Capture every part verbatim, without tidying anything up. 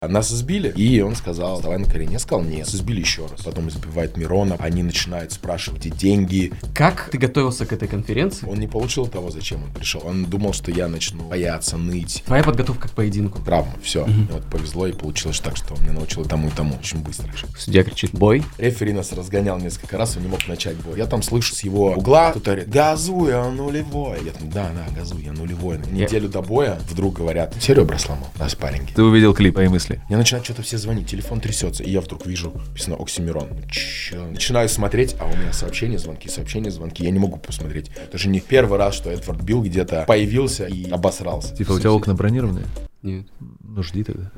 Нас сбили, и он сказал, давай на колени. Я сказал, нет. Сбили еще раз. Потом избивает Мирона, они начинают спрашивать, где деньги. Как ты готовился к этой конференции? Он не получил того, зачем он пришел. Он думал, что я начну бояться, ныть. Твоя подготовка к поединку? Травма, все. Угу. И вот повезло, и получилось так, что он меня научил тому и тому очень быстро. Судья кричит, бой. Рефери нас разгонял несколько раз, он не мог начать бой. Я там слышу с его угла, кто-то говорит, газуй, он нулевой. Я там, да, да, газуй, я нулевой. На неделю до боя вдруг говорят, все ребра сломал на спарринге. Ты увидел клип, мои мысли? Мне начинают что-то все звонить, телефон трясется, и я вдруг вижу, написано Оксимирон. Че? Начинаю смотреть, а у меня сообщения, звонки, сообщения, звонки. Я не могу посмотреть. Это же не первый раз, что Эдвард Билл где-то появился и обосрался. Типа, у тебя окна бронированные? Нет. Ну, жди тогда.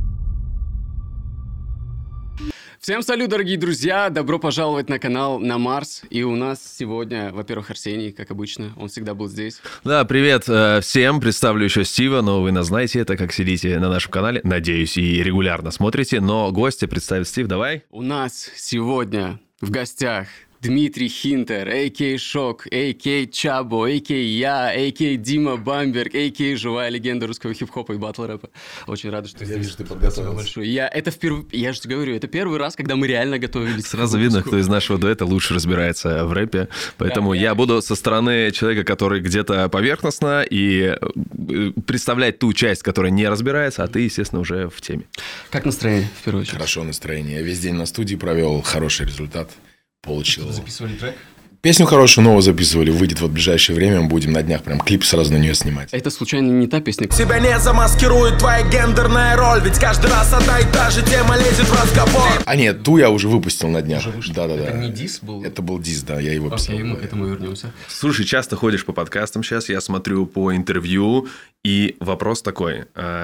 Всем салют, дорогие друзья! Добро пожаловать на канал На Марс. И у нас сегодня, во-первых, Арсений, как обычно. Он всегда был здесь. Да, привет э, всем. Представлю еще Стива, но вы нас знаете, так как сидите на нашем канале. Надеюсь, и регулярно смотрите. Но гостя представит Стив, давай. У нас сегодня в гостях Дмитрий Хинтер, а.к.а. Шок, а.к.а. Чабо, а.к.а. я, а.к.а. Дима Бамберг, а.к.а. живая легенда русского хип-хопа и батл-рэпа. Очень рад, что я вижу, ты подготовился. Большое. Я, это впервые, я же говорю, это первый раз, когда мы реально готовились. Сразу видно, кто из нашего дуэта лучше разбирается в рэпе. Поэтому да, я, я буду со стороны человека, который где-то поверхностно, и представлять ту часть, которая не разбирается, а ты, естественно, уже в теме. Как настроение, в первую очередь? Хорошо настроение. Я весь день на студии провел, хороший результат. Получил. Что-то записывали трек? Песню хорошую новую записывали, выйдет вот в ближайшее время, мы будем на днях прям клип сразу на нее снимать. Это случайно не та песня? Тебя не замаскирует твоя гендерная роль, ведь каждый раз одна и та же тема лезет в разговор. А нет, ту я уже выпустил на днях. Да-да-да. Это не дис был? Это был дис, да, я его писал. Окей, мы к этому вернемся. Слушай, часто ходишь по подкастам сейчас, я смотрю по интервью, и вопрос такой...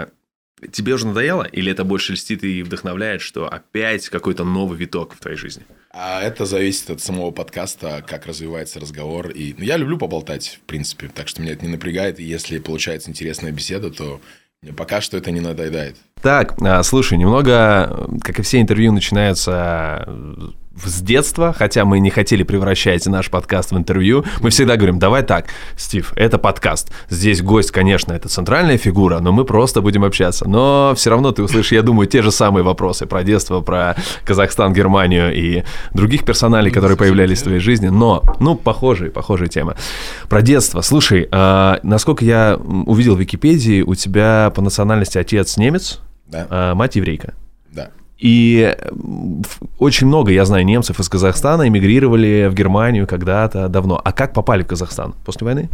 Тебе уже надоело? Или это больше льстит и вдохновляет, что опять какой-то новый виток в твоей жизни? А это зависит от самого подкаста, как развивается разговор. И... Ну, я люблю поболтать, в принципе, так что меня это не напрягает. И если получается интересная беседа, то пока что это не надоедает. Так, слушай, немного, как и все интервью, начинаются с детства, хотя мы не хотели превращать наш подкаст в интервью. Мы всегда говорим, давай так, Стив, это подкаст. Здесь гость, конечно, это центральная фигура, но мы просто будем общаться. Но все равно ты услышишь, я думаю, те же самые вопросы про детство, про Казахстан, Германию и других персоналей, которые появлялись в твоей жизни. Но, ну, похожие, похожие темы. Про детство. Слушай, а, насколько я увидел в Википедии, у тебя по национальности отец немец, да. а мать еврейка. Да. И очень много, я знаю, немцев из Казахстана эмигрировали в Германию когда-то давно. А как попали в Казахстан? После войны?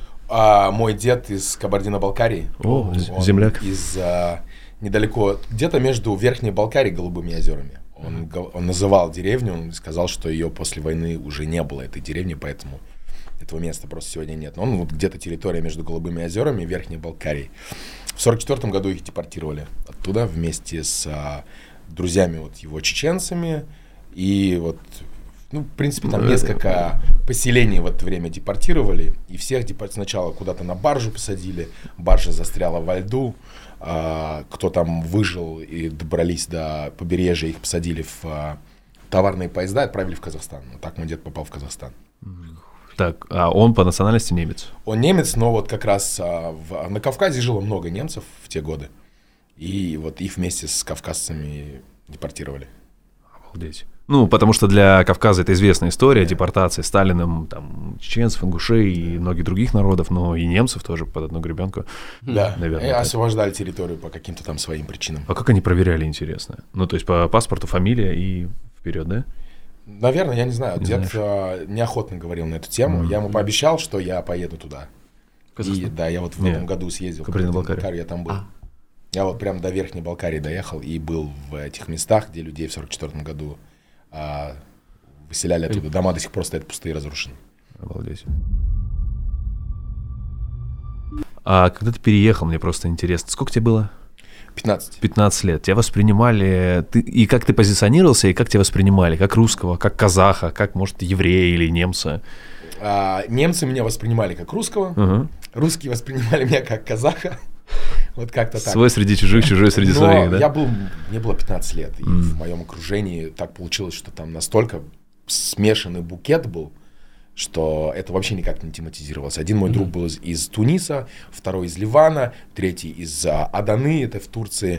А, мой дед из Кабардино-Балкарии. О, он земляк. Из а, недалеко, где-то между Верхней Балкарией и Голубыми озерами. Он, mm-hmm. он называл деревню, он сказал, что ее после войны уже не было, этой деревни, поэтому этого места просто сегодня нет. Но он вот где-то территория между Голубыми озерами и Верхней Балкарией. В сорок четвёртом году их депортировали оттуда вместе с а, друзьями вот его чеченцами. И вот, ну, в принципе, там несколько поселений в это время депортировали. И всех депорт... сначала куда-то на баржу посадили. Баржа застряла во льду. А, кто там выжил и добрались до побережья, их посадили в а, товарные поезда и отправили в Казахстан. Вот так мой дед попал в Казахстан. Так, а он по национальности немец? Он немец, но вот как раз а, в, на Кавказе жило много немцев в те годы. И вот их вместе с кавказцами депортировали. Обалдеть. Ну, потому что для Кавказа это известная история, да. Депортации Сталиным, там, чеченцев, ингушей и многих других народов, но и немцев тоже под одну гребенку. Да, наверное, и освобождали территорию по каким-то там своим причинам. А как они проверяли, интересно? Ну, то есть по паспорту, фамилия и вперед, да? Наверное, я не знаю. Не Дед знаешь. неохотно говорил на эту тему. Mm-hmm. Я ему пообещал, что я поеду туда. И да, я вот в Нет. этом году съездил. Кабардино-Балкарию. Я там был. А. Я вот прям до Верхней Балкарии доехал и был в этих местах, где людей в сорок четвёртом году а, выселяли оттуда. И... Дома до сих пор стоят пустые, разрушены. Обалдеть. А когда ты переехал, мне просто интересно, сколько тебе было? пятнадцать. пятнадцать лет. Тебя воспринимали... Ты, и как ты позиционировался, и как тебя воспринимали? Как русского, как казаха, как, может, еврея или немца? А, немцы меня воспринимали как русского. Угу. Русские воспринимали меня как казаха. Вот как-то так. Свой среди чужих, чужой среди Но своих, да? я был... Мне было пятнадцать лет. И mm. в моем окружении так получилось, что там настолько смешанный букет был, что это вообще никак не тематизировалось. Один мой mm-hmm. друг был из, из Туниса, второй из Ливана, третий из а, Аданы, это в Турции,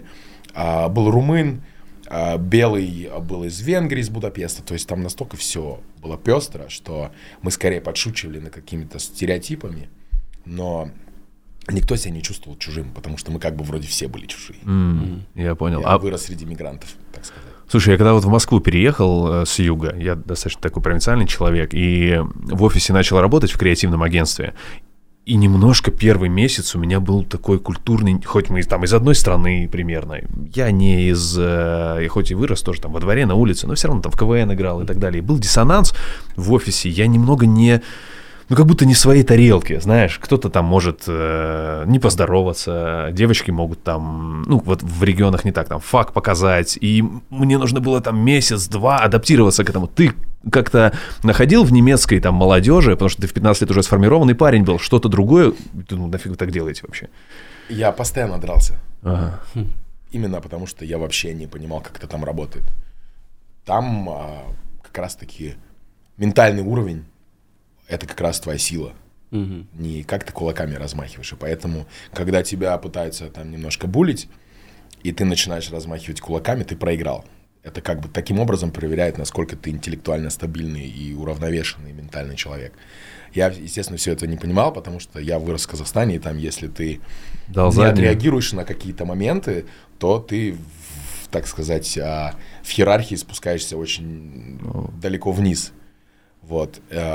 а, был румын, а, белый был из Венгрии, из Будапешта. То есть там настолько все было пестро, что мы скорее подшучивали над какими-то стереотипами, но никто себя не чувствовал чужим, потому что мы как бы вроде все были чужие. Mm, я понял. Я а... вырос среди мигрантов, так сказать. Слушай, я когда вот в Москву переехал э, с юга, я достаточно такой провинциальный человек, и в офисе начал работать в креативном агентстве. И немножко первый месяц у меня был такой культурный, хоть мы там из одной страны примерно, я не из, э, хоть и вырос тоже там во дворе, на улице, но все равно там в КВН играл и так далее. И был диссонанс в офисе, я немного не... Ну, как будто не в своей тарелке, знаешь, кто-то там может э, не поздороваться, девочки могут там, ну, вот в регионах не так, там, фак показать, и мне нужно было там месяц-два адаптироваться к этому. Ты как-то находил в немецкой там молодежи, потому что ты в пятнадцать лет уже сформированный парень был, что-то другое, ну, нафиг вы так делаете вообще? Я постоянно дрался. Ага. Именно потому, что я вообще не понимал, как это там работает. Там а, как раз-таки ментальный уровень, это как раз твоя сила. Uh-huh. Не как ты кулаками размахиваешь. И поэтому, когда тебя пытаются там немножко булить, и ты начинаешь размахивать кулаками, ты проиграл. Это как бы таким образом проверяет, насколько ты интеллектуально стабильный и уравновешенный ментальный человек. Я, естественно, все это не понимал, потому что я вырос в Казахстане, и там, если ты Дал не заднюю. отреагируешь на какие-то моменты, то ты, в, так сказать, в иерархии спускаешься очень oh. далеко вниз. Вот.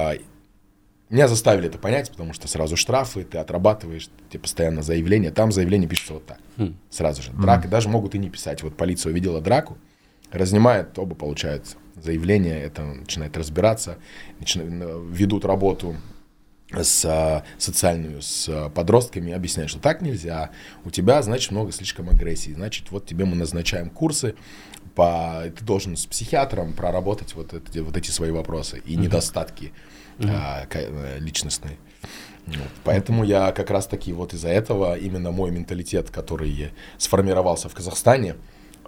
Меня заставили это понять, потому что сразу штрафы, ты отрабатываешь, тебе постоянно заявления. Там заявление пишется вот так, mm. сразу же. Драка, mm. даже могут и не писать. Вот полиция увидела драку, разнимает, оба получают заявление, это начинает разбираться, начинают, ведут работу с, социальную с подростками, объясняют, что так нельзя, у тебя, значит, много слишком агрессии, значит, вот тебе мы назначаем курсы, по, ты должен с психиатром проработать вот, это, вот эти свои вопросы и mm-hmm. недостатки. Uh-huh. личностный. Вот. Поэтому я как раз-таки вот из-за этого именно мой менталитет, который сформировался в Казахстане,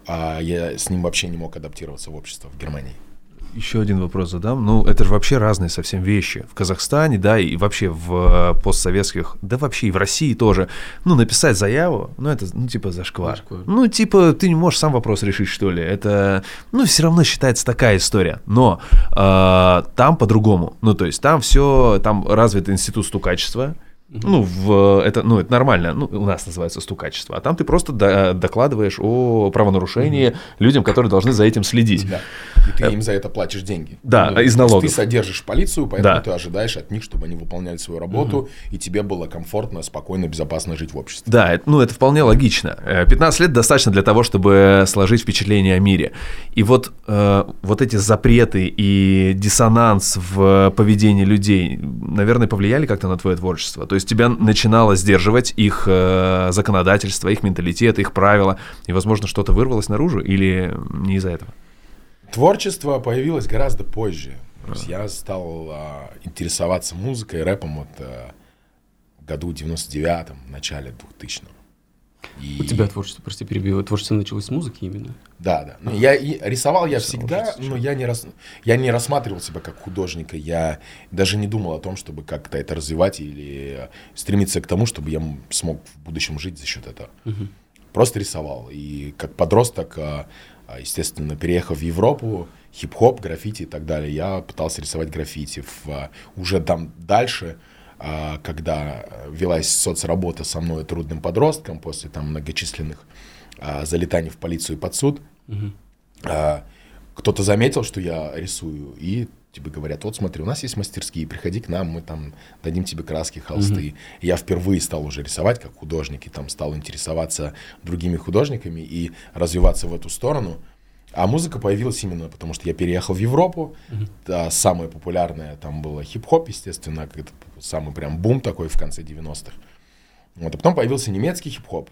я с ним вообще не мог адаптироваться в общество в Германии. Еще один вопрос задам. Ну, это же вообще разные совсем вещи. В Казахстане, да, и вообще в постсоветских, да вообще и в России тоже. Ну, написать заяву, ну, это, ну, типа, зашквар. зашквар. Ну, типа, ты не можешь сам вопрос решить, что ли. Это, ну, все равно считается такая история. Но э, там по-другому. Ну, то есть там все, там развит институт стукачества. Ну, в, это, ну, это нормально, ну, у нас называется стукачество, а там ты просто до, докладываешь о правонарушении mm-hmm. людям, которые должны за этим следить. Да. И ты им за это платишь деньги. Да, ну, из налогов. Ты содержишь полицию, поэтому да. ты ожидаешь от них, чтобы они выполняли свою работу, mm-hmm. и тебе было комфортно, спокойно, безопасно жить в обществе. Да, это, ну, это вполне логично. пятнадцать лет достаточно для того, чтобы сложить впечатление о мире. И вот, э, вот эти запреты и диссонанс в поведении людей, наверное, повлияли как-то на твое творчество? То есть тебя начинало сдерживать их э, законодательство, их менталитет, их правила, и, возможно, что-то вырвалось наружу, или не из-за этого? Творчество появилось гораздо позже. То есть я стал а, интересоваться музыкой, рэпом вот, а, в году девяносто девятом, в начале двухтысячного. И... У тебя творчество, прости, перебью, творчество началось с музыки именно? Да, да. Ну, я, и, рисовал я всегда, но я не, рас, я не рассматривал себя как художника. Я даже не думал о том, чтобы как-то это развивать или стремиться к тому, чтобы я смог в будущем жить за счет этого. Угу. Просто рисовал. И как подросток, естественно, переехав в Европу, хип-хоп, граффити и так далее, я пытался рисовать граффити. В, уже там дальше... когда велась соцработа со мной трудным подростком после там многочисленных а, залетаний в полицию и под суд, угу. а, кто-то заметил, что я рисую, и тебе говорят, вот смотри, у нас есть мастерские, приходи к нам, мы там дадим тебе краски, холсты. Угу. И я впервые стал уже рисовать как художник, и там стал интересоваться другими художниками и развиваться в эту сторону. А музыка появилась именно потому, что я переехал в Европу. Uh-huh. Да, самое популярное там было хип-хоп, естественно, это самый прям бум такой в конце девяностых. Вот, а потом появился немецкий хип-хоп.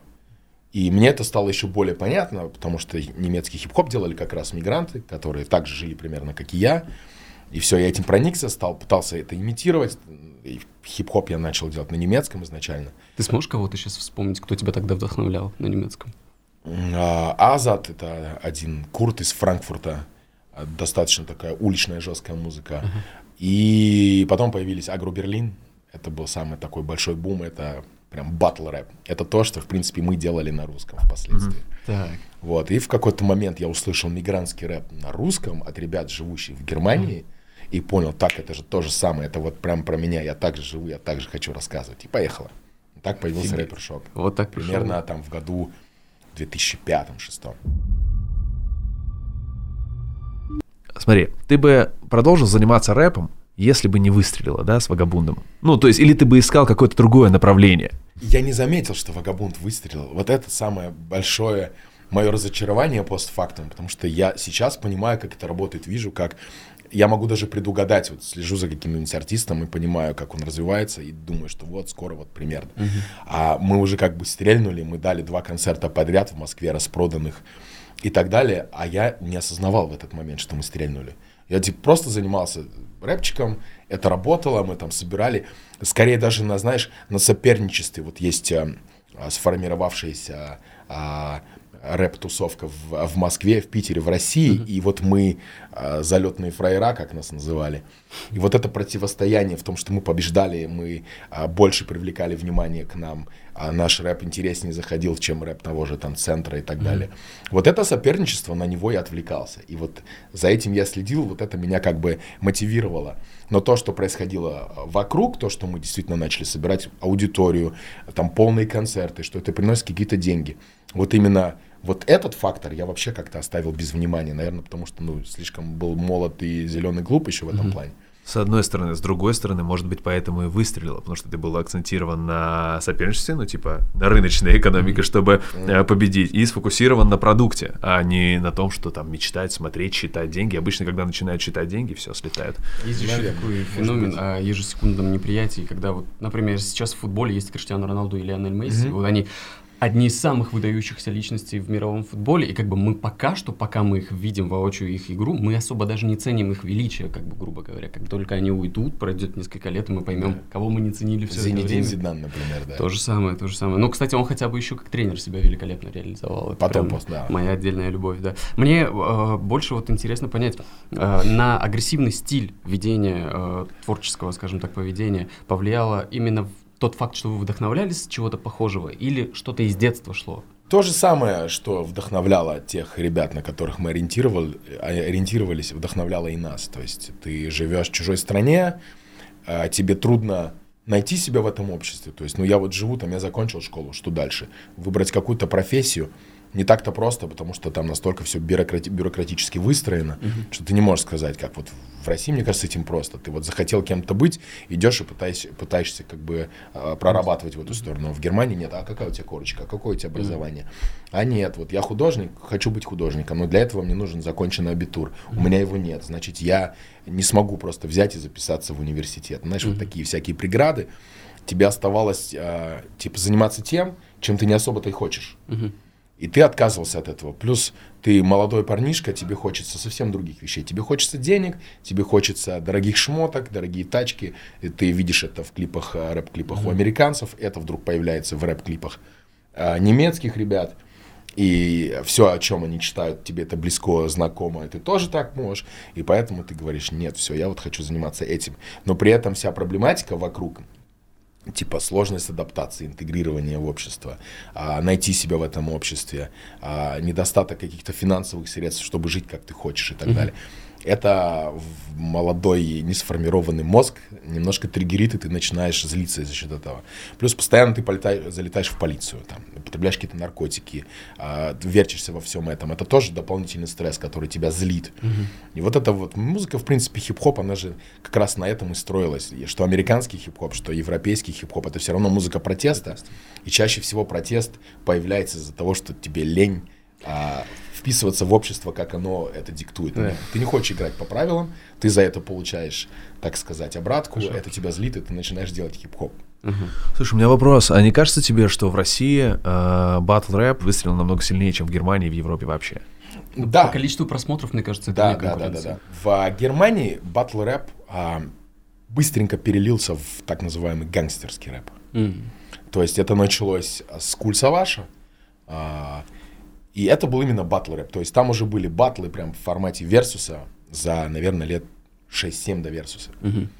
И мне это стало еще более понятно, потому что немецкий хип-хоп делали как раз мигранты, которые также жили примерно как и я. И все, я этим проникся, стал, пытался это имитировать. И хип-хоп я начал делать на немецком изначально. Ты сможешь кого-то сейчас вспомнить, кто тебя тогда вдохновлял на немецком? Азат — это один курт из Франкфурта, достаточно такая уличная жесткая музыка. Uh-huh. И потом появились Агро Берлин, это был самый такой большой бум, это прям батл рэп. Это то, что, в принципе, мы делали на русском впоследствии. Mm-hmm. Так. Вот, и в какой-то момент я услышал мигрантский рэп на русском от ребят, живущих в Германии, mm-hmm. и понял, так, это же то же самое, это вот прям про меня, я так же живу, я так же хочу рассказывать. И поехала. Так появился Фигеть. Рэпер Шок. Вот так Примерно пришел. там в году две тысячи пятом-шестом. Смотри, ты бы продолжил заниматься рэпом, если бы не выстрелила, да, с Вагабундом? Ну, то есть, или ты бы искал какое-то другое направление? Я не заметил, что Вагабунд выстрелил. Вот это самое большое мое разочарование постфактум, потому что я сейчас понимаю, как это работает, вижу, как я могу даже предугадать, вот слежу за каким-нибудь артистом и понимаю, как он развивается, и думаю, что вот скоро вот примерно. Uh-huh. А мы уже как бы стрельнули, мы дали два концерта подряд в Москве, распроданных и так далее, а я не осознавал в этот момент, что мы стрельнули. Я типа просто занимался рэпчиком, это работало, мы там собирали, скорее даже на, знаешь, на соперничестве, вот есть а, сформировавшаяся а, рэп-тусовка в, в Москве, в Питере, в России, mm-hmm. и вот мы а, залетные фраера, как нас называли, и вот это противостояние в том, что мы побеждали, мы а, больше привлекали внимание к нам, а наш рэп интереснее заходил, чем рэп того же там центра и так mm-hmm. далее. Вот это соперничество, на него я отвлекался, и вот за этим я следил, вот это меня как бы мотивировало. Но то, что происходило вокруг, то, что мы действительно начали собирать аудиторию, там полные концерты, что это приносит какие-то деньги, вот именно вот этот фактор я вообще как-то оставил без внимания, наверное, потому что, ну, слишком был молод и зеленый глуп еще в этом mm-hmm. плане. С одной стороны. С другой стороны, может быть, поэтому и выстрелило, потому что ты был акцентирован на соперничестве, ну, типа, на рыночной экономике, mm-hmm. чтобы mm-hmm. победить, и сфокусирован на продукте, а не на том, что там мечтать, смотреть, считать деньги. Обычно, когда начинают считать деньги, все слетает. Есть еще такой феномен о ежесекундном неприятии, когда вот, например, сейчас в футболе есть Криштиану Роналду и Лионель Месси, mm-hmm. вот они одни из самых выдающихся личностей в мировом футболе, и как бы мы пока что, пока мы их видим воочию, их игру, мы особо даже не ценим их величие, как бы, грубо говоря. Как только они уйдут, пройдет несколько лет, и мы поймем, да. кого мы не ценили все это время. Зинедин Зидан, например, да. То же самое, то же самое. Ну, кстати, он хотя бы еще как тренер себя великолепно реализовал. Это Потом, пост, да. Моя отдельная любовь, да. Мне э, больше вот интересно понять, э, на агрессивный стиль ведения, э, творческого, скажем так, поведения повлияло именно в тот факт, что вы вдохновлялись с чего-то похожего, или что-то из детства шло? То же самое, что вдохновляло тех ребят, на которых мы ориентировали, ориентировались, вдохновляло и нас. То есть ты живешь в чужой стране, тебе трудно найти себя в этом обществе. То есть, ну я вот живу, там я закончил школу, что дальше? Выбрать какую-то профессию не так-то просто, потому что там настолько все бюрократи- бюрократически выстроено, uh-huh. что ты не можешь сказать, как вот в России, мне кажется, этим просто. Ты вот захотел кем-то быть, идешь и пытаешься, пытаешься как бы э, прорабатывать в эту сторону. В Германии нет, а какая у тебя корочка, а какое у тебя образование? Uh-huh. А нет, вот я художник, хочу быть художником, но для этого мне нужен законченный абитур. Uh-huh. У меня его нет, значит, я не смогу просто взять и записаться в университет. Знаешь, uh-huh. вот такие всякие преграды. Тебе оставалось э, типа заниматься тем, чем ты не особо-то и хочешь. Uh-huh. И ты отказывался от этого. Плюс ты молодой парнишка, тебе хочется совсем других вещей. Тебе хочется денег, тебе хочется дорогих шмоток, дорогие тачки. И ты видишь это в клипах, рэп-клипах mm-hmm. у американцев. Это вдруг появляется в рэп-клипах а, немецких ребят. И все, о чем они читают, тебе это близко, знакомо, и ты тоже так можешь. И поэтому ты говоришь, нет, все, я вот хочу заниматься этим. Но при этом вся проблематика вокруг, типа сложность адаптации, интегрирования в общество, а, найти себя в этом обществе, а, недостаток каких-то финансовых средств, чтобы жить как ты хочешь и так mm-hmm. далее. Это молодой, несформированный мозг немножко триггерит, и ты начинаешь злиться из-за счет этого. Плюс постоянно ты полетай, залетаешь в полицию, там, употребляешь какие-то наркотики, э, верчишься во всем этом. Это тоже дополнительный стресс, который тебя злит. Mm-hmm. И вот эта вот музыка, в принципе, хип-хоп, она же как раз на этом и строилась. И что американский хип-хоп, что европейский хип-хоп, это все равно музыка протеста. Протест. И чаще всего протест появляется из-за того, что тебе лень э, вписываться в общество, как оно это диктует. Да. Ты не хочешь играть по правилам, ты за это получаешь, так сказать, обратку, Хорошо. Это тебя злит, и ты начинаешь делать хип-хоп. Угу. Слушай, у меня вопрос. А не кажется тебе, что в России батл-рэп выстрелил намного сильнее, чем в Германии и в Европе вообще? Да. По количеству просмотров, мне кажется, это да, не конкуренция. Да, да, да, да. В Германии батл-рэп а, быстренько перелился в так называемый гангстерский рэп. Mm. То есть это началось с Куль Саваша, а, и это был именно батл-рэп. То есть там уже были батлы прям в формате версуса за, наверное, лет шесть-семь до версуса. Mm-hmm.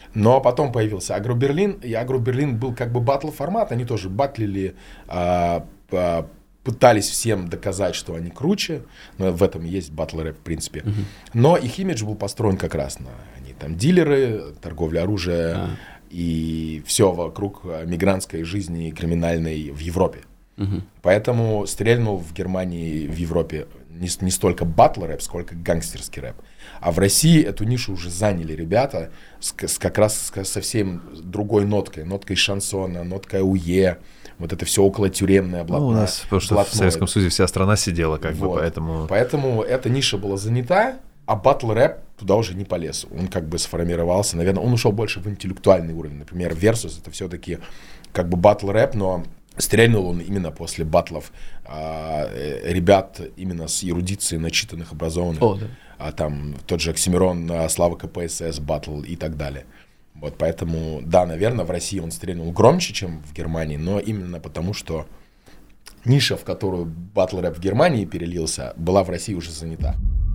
Но потом появился Агро Берлин, и Агро Берлин был как бы батл формат, они тоже батлили, а, а, пытались всем доказать, что они круче, но в этом и есть батл рэп в принципе. Uh-huh. Но их имидж был построен как раз на они там дилеры, торговля оружия uh-huh. и все вокруг мигрантской жизни криминальной в Европе. Uh-huh. Поэтому стрельнул в Германии, в Европе не, не столько батл рэп, сколько гангстерский рэп. А в России эту нишу уже заняли ребята с, с, как раз с, совсем другой ноткой. Ноткой шансона, ноткой УЕ. Вот это все около тюремное, блатное. Ну, у нас, потому что блатное. В Советском Союзе вся страна сидела, как вот. бы, поэтому... Поэтому эта ниша была занята, а батл рэп туда уже не полез. Он как бы сформировался, наверное, он ушел больше в интеллектуальный уровень. Например, Versus это все-таки как бы батл рэп, но... Стрельнул он именно после батлов а, ребят именно с эрудицией, начитанных, образованных. О, да. а, там тот же Оксимирон, Слава КПСС, батл и так далее. Вот поэтому, да, наверное, в России он стрельнул громче, чем в Германии, но именно потому, что ниша, в которую батл рэп в Германии перелился, была в России уже занята.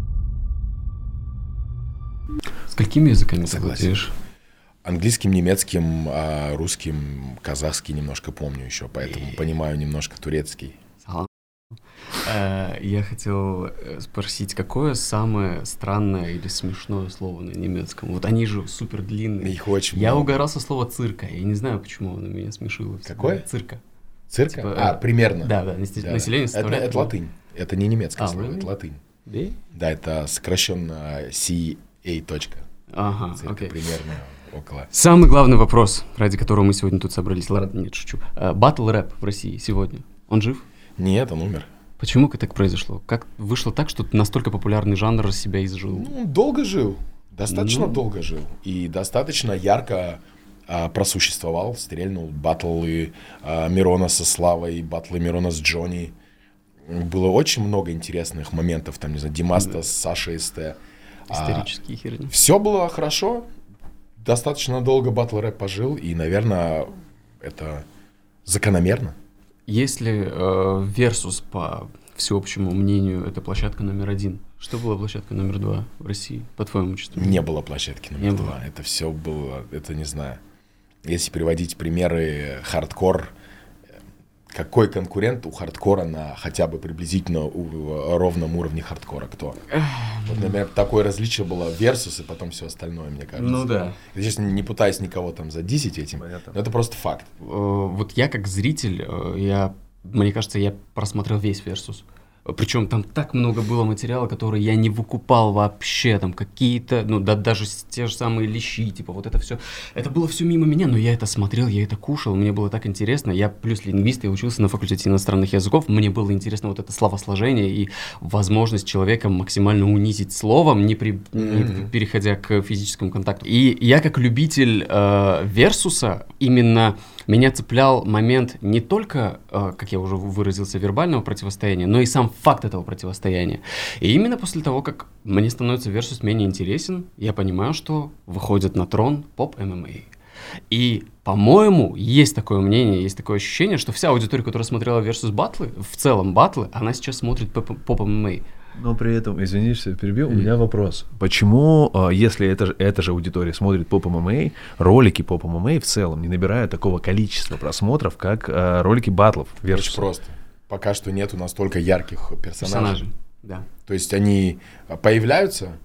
С какими языками ты владеешь? Английским, немецким, русским, казахский немножко помню еще, поэтому понимаю немножко турецкий. Я хотел спросить, какое самое странное или смешное слово на немецком? Вот они же супер длинные. Их очень Я много. угорал со слова цирка. Я не знаю, почему оно меня смешило. Какое? Цирка. Цирка? Типа, а, примерно. Да, да, население да. Это, это латынь. Это не немецкое а, слово, really? это латынь. Да? Да, это сокращенно си эй. Точка. Ага, Цирка окей. примерно около. Самый главный вопрос, ради которого мы сегодня тут собрались. Ладно, нет, шучу. Батл рэп в России сегодня, он жив? Нет, он умер. Почему так произошло? Как вышло так, что настолько популярный жанр себя изжил? Ну, он долго жил, достаточно Ну. долго жил. И достаточно ярко а, просуществовал, стрельнул батлы а, Мирона со Славой, батлы Мирона с Джонни. Было очень много интересных моментов, там, не знаю, Димаста Да. с Сашей СТ. Исторические а, херни. Все было хорошо, достаточно долго батл рэп пожил, и, наверное, это закономерно. Если э, Versus, по всеобщему мнению, это площадка номер один, что была площадка номер два в России, по твоему чувству? Не было площадки номер Не два. было. Это все было, это не знаю. Если приводить примеры хардкор, какой конкурент у хардкора на хотя бы приблизительно у, ровном уровне хардкора? Кто? Вот, например, такое различие было Versus и потом все остальное, мне кажется. Ну да. Я сейчас не пытаюсь никого там задисить этим, Понятно. но это просто факт. Э, вот я как зритель, э, я, мне кажется, я просмотрел весь Versus. Причем там так много было материала, который я не выкупал вообще, там какие-то, ну да, даже те же самые лещи, типа вот это все, это было все мимо меня, но я это смотрел, я это кушал, мне было так интересно, я плюс лингвист, я учился на факультете иностранных языков, мне было интересно вот это словосложение и возможность человека максимально унизить словом, не, при, mm-hmm. не переходя к физическому контакту. И я как любитель э, Версуса, именно меня цеплял момент не только, э, как я уже выразился, вербального противостояния, но и сам факт этого противостояния. И именно после того, как мне становится Versus менее интересен, я понимаю, что выходит на трон поп-эм эм а. И, по-моему, есть такое мнение, есть такое ощущение, что вся аудитория, которая смотрела Versus батлы, в целом батлы, она сейчас смотрит поп-эм эм а. Но при этом, извини, что я перебил, mm. у меня вопрос. Почему, если это, эта же аудитория смотрит поп-эм эм а, ролики поп-эм эм а в целом не набирают такого количества просмотров, как э, ролики батлов? Versus? Очень просто. Пока что нету настолько ярких персонажей. Персонажи, да. То есть они появляются,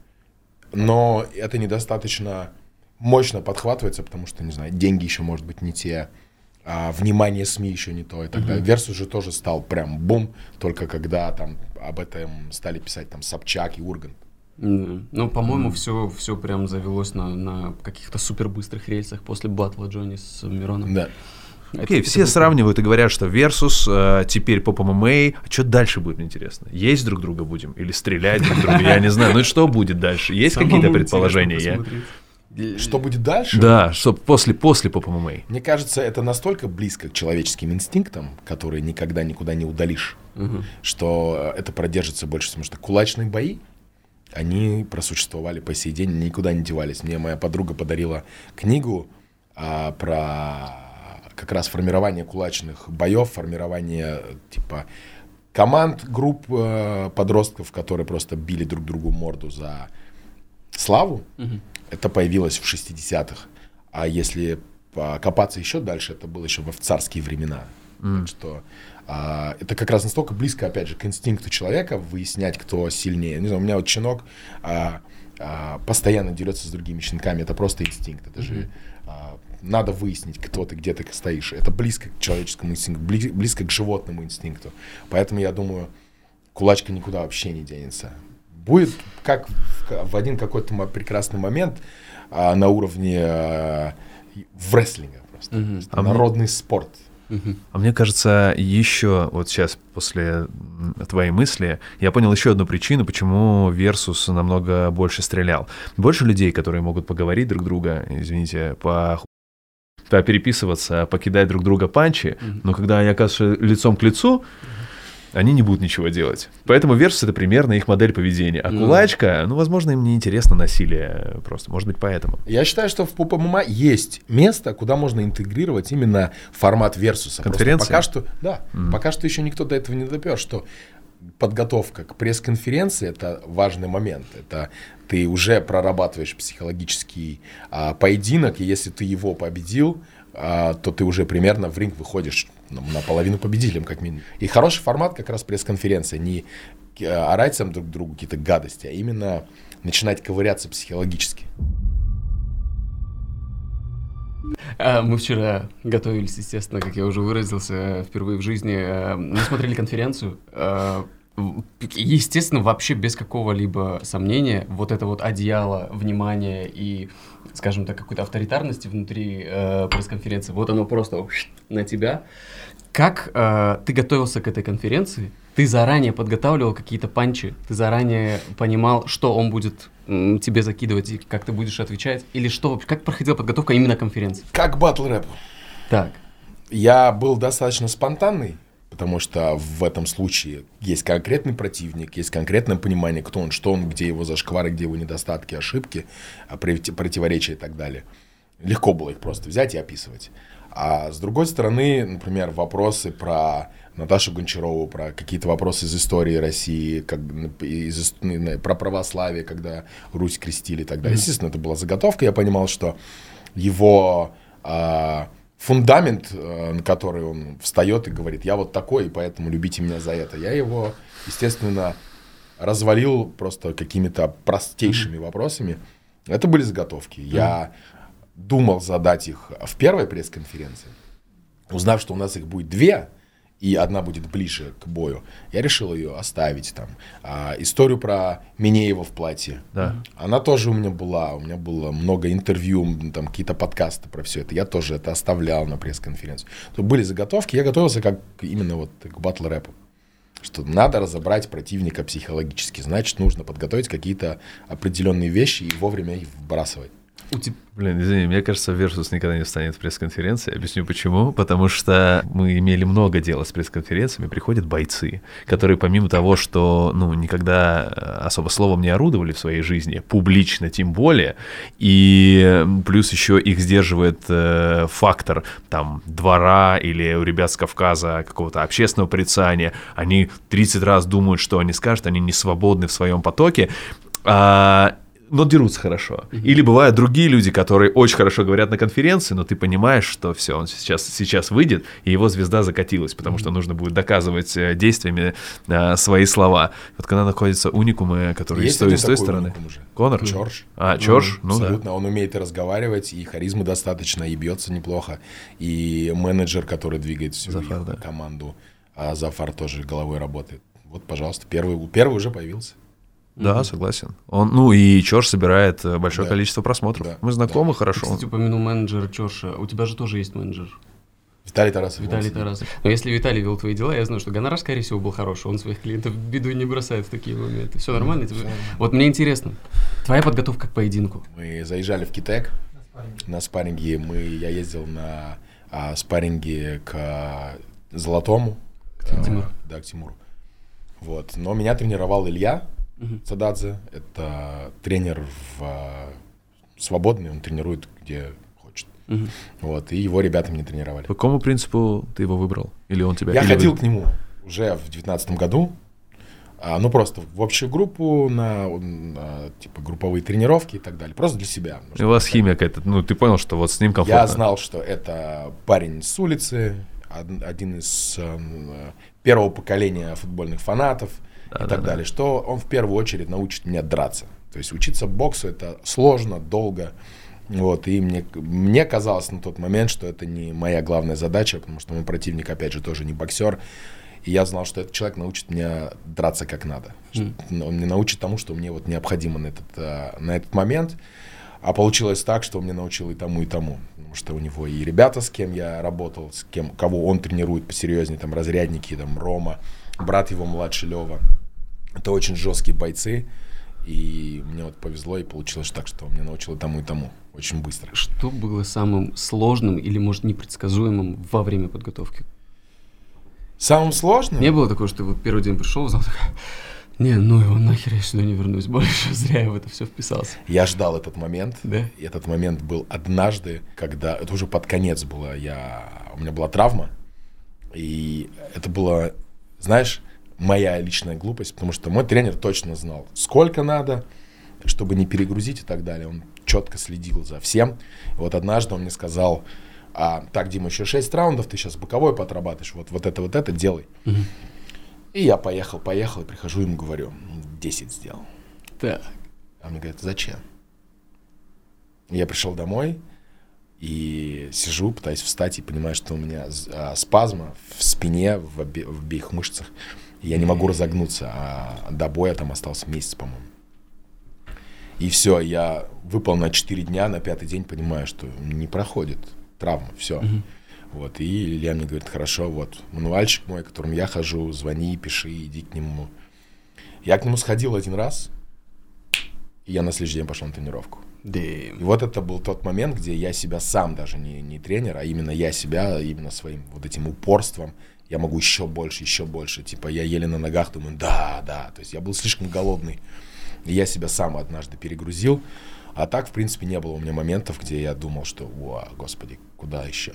но это недостаточно мощно подхватывается, потому что, не знаю, деньги еще, может быть, не те, а внимание СМИ еще не то и так далее. Versus же тоже стал прям бум, только когда там об этом стали писать там Собчак и Ургант. Mm. Ну, по-моему, mm. все, все прям завелось на, на каких-то супербыстрых рельсах после батла Джонни с Мироном. Да. Окей, okay, все это сравнивают и говорят, что Versus, э, теперь поп-эм эм а, а что дальше будет, интересно? Есть друг друга будем? Или стрелять друг друга? Я не знаю. Ну и что будет дальше? Есть какие-то предположения? Я... Что будет дальше? Да, что после, после поп-эм эм а. Мне кажется, это настолько близко к человеческим инстинктам, которые никогда никуда не удалишь, uh-huh. что это продержится больше, потому что кулачные бои, они просуществовали по сей день, никуда не девались. Мне моя подруга подарила книгу а, про... как раз формирование кулачных боев, формирование типа команд, групп э, подростков, которые просто били друг другу морду за славу. Mm-hmm. Это появилось в шестидесятых. А если копаться еще дальше, это было еще в царские времена. Mm. Так что а, это как раз настолько близко, опять же, к инстинкту человека выяснять, кто сильнее. Не знаю, у меня вот щенок а, а, постоянно дерется с другими щенками. Это просто инстинкт. Это mm-hmm. же а, надо выяснить, кто ты, где ты стоишь. Это близко к человеческому инстинкту, бли, близко к животному инстинкту. Поэтому я думаю, кулачка никуда вообще не денется. Будет как в, в один какой-то прекрасный момент а, на уровне а, рестлинга просто. Mm-hmm. А народный мне... спорт. Mm-hmm. А мне кажется, еще вот сейчас после твоей мысли я понял еще одну причину, почему Versus намного больше стрелял. Больше людей, которые могут поговорить друг друга, извините, по переписываться, покидать друг друга панчи, mm-hmm. но когда они оказываются лицом к лицу, они не будут ничего делать. Поэтому Versus — это примерно их модель поведения. А кулачка, ну, возможно, им не интересно насилие просто. Может быть, поэтому. Я считаю, что в ППММА есть место, куда можно интегрировать именно формат Versus. Конференция? Пока что, да, mm. пока что еще никто до этого не допер, что подготовка к пресс-конференции — это важный момент. Это ты уже прорабатываешь психологический а, поединок, и если ты его победил, а, то ты уже примерно в ринг выходишь наполовину победителем, как минимум. И хороший формат как раз пресс-конференция. Не орать сам друг другу какие-то гадости, а именно начинать ковыряться психологически. Мы вчера готовились, естественно, как я уже выразился, впервые в жизни. Мы смотрели конференцию. Естественно, вообще без какого-либо сомнения, вот это вот одеяло внимания и, скажем так, какой-то авторитарности внутри э, пресс-конференции, вот оно просто на тебя. Как э, ты готовился к этой конференции? Ты заранее подготавливал какие-то панчи? Ты заранее понимал, что он будет м, тебе закидывать и как ты будешь отвечать? Или что? Как проходила подготовка именно конференции? Как батл-рэп. Так. Я был достаточно спонтанный. Потому что в этом случае есть конкретный противник, есть конкретное понимание, кто он, что он, где его зашквары, где его недостатки, ошибки, противоречия и так далее. Легко было их просто взять и описывать. А с другой стороны, например, вопросы про Наташу Гончарову, про какие-то вопросы из истории России, как, из, про православие, когда Русь крестили и так далее. Mm-hmm. Естественно, это была заготовка. Я понимал, что его... А, фундамент, на который он встает и говорит, я вот такой, и поэтому любите меня за это. Я его, естественно, развалил просто какими-то простейшими mm-hmm. вопросами. Это были заготовки. Mm-hmm. Я думал задать их в первой пресс-конференции. Узнав, что у нас их будет две, и одна будет ближе к бою, я решил ее оставить там. А, историю про Минеева в платье. Да. Она тоже у меня была. У меня было много интервью, там какие-то подкасты про все это. Я тоже это оставлял на пресс-конференцию. То были заготовки. Я готовился как именно вот к батл-рэпу. Что надо разобрать противника психологически. Значит, нужно подготовить какие-то определенные вещи и вовремя их вбрасывать. У тебя... Блин, извини, мне кажется, Versus никогда не встанет в пресс-конференции. Объясню почему. Потому что мы имели много дела с пресс-конференциями. Приходят бойцы, которые помимо того, что ну, никогда особо словом не орудовали в своей жизни, публично тем более, и плюс еще их сдерживает э, фактор там двора или у ребят с Кавказа какого-то общественного порицания. Они тридцать раз думают, что они скажут, они не свободны в своем потоке. А но дерутся хорошо. Mm-hmm. Или бывают другие люди, которые очень хорошо говорят на конференции, но ты понимаешь, что все, он сейчас, сейчас выйдет, и его звезда закатилась, потому mm-hmm. что нужно будет доказывать действиями а, свои слова. Вот когда находятся уникумы, которые есть с той и с той стороны. Конор? Чорж. А, Чорж? Mm-hmm. Ну абсолютно. Да. Он умеет и разговаривать, и харизмы достаточно, и бьется неплохо. И менеджер, который двигает всю Зафар, да. команду. А Зафар тоже головой работает. Вот, пожалуйста, первый, первый уже появился. Да, согласен. Он, ну и Чорж собирает большое да. количество просмотров. Да. Мы знакомы да. хорошо. Ты, кстати, упомянул менеджера Чоржа. У тебя же тоже есть менеджер. Виталий Тарасов. Виталий Тарасов. Но если Виталий вел твои дела, я знаю, что гонорар, скорее всего, был хороший. Он своих клиентов в беду не бросает в такие моменты. Все нормально? Все нормально. Вот мне интересно, твоя подготовка к поединку. Мы заезжали в Китек на спарринге. Мы, я ездил на а, спарринге к а, Золотому. К а, Тимуру. Да, к Тимуру. Вот. Но меня тренировал Илья Uh-huh. Сададзе. Это тренер в, а, свободный, он тренирует где хочет. Uh-huh. Вот, и его ребята меня тренировали. По какому принципу ты его выбрал? Или он тебя... Я или ходил вы... к нему уже в девятнадцатом году. А, ну, просто в общую группу, на, на типа групповые тренировки и так далее. Просто для себя. И у вас химия какая-то, ну, ты понял, что вот с ним комфортно? Я знал, что это парень с улицы, один из э, первого поколения футбольных фанатов да, и да, так да. далее, что он в первую очередь научит меня драться. То есть учиться боксу — это сложно, долго. Вот, и мне, мне казалось на тот момент, что это не моя главная задача, потому что мой противник, опять же, тоже не боксер. И я знал, что этот человек научит меня драться как надо. Mm. Он меня научит тому, что мне вот необходимо на этот, на этот момент. А получилось так, что он меня научил и тому, и тому. Потому что у него и ребята, с кем я работал, с кем, кого он тренирует посерьезнее, там разрядники, там Рома, брат его младший Лева. Это очень жесткие бойцы. И мне вот повезло, и получилось так, что он меня научил и тому, и тому. Очень быстро. Что было самым сложным или, может, непредсказуемым во время подготовки? Самым сложным? Не было такого, что ты вот первый день пришел в зал, такой, не, ну его нахер, я сюда не вернусь больше, зря я в это все вписался. Я ждал этот момент. Да? И этот момент был однажды, когда, это уже под конец было, я, у меня была травма, и это было, знаешь, моя личная глупость, потому что мой тренер точно знал, сколько надо, чтобы не перегрузить и так далее. Он четко следил за всем. И вот однажды он мне сказал: а, так, Дима, еще шесть раундов, ты сейчас боковой подрабатываешь, вот, вот это, вот это делай. Угу. И я поехал, поехал, и прихожу, ему говорю, десять сделал. Так. А он мне говорит: зачем? Я пришел домой и сижу, пытаюсь встать, и понимаю, что у меня а, спазма в спине, в, обе, в обеих мышцах. И я не могу разогнуться, а до боя там остался месяц, по-моему. И все, я выпал на четыре дня, на пятый день понимаю, что не проходит травма, все. Uh-huh. Вот, и Илья мне говорит: хорошо, вот, мануальщик мой, к которому я хожу, звони, пиши, иди к нему. Я к нему сходил один раз, и я на следующий день пошел на тренировку. Damn. И вот это был тот момент, где я себя сам, даже не, не тренер, а именно я себя, именно своим вот этим упорством, я могу еще больше, еще больше. Типа я еле на ногах думаю, да, да. То есть я был слишком голодный. И я себя сам однажды перегрузил. А так, в принципе, не было у меня моментов, где я думал, что, о, господи, куда еще?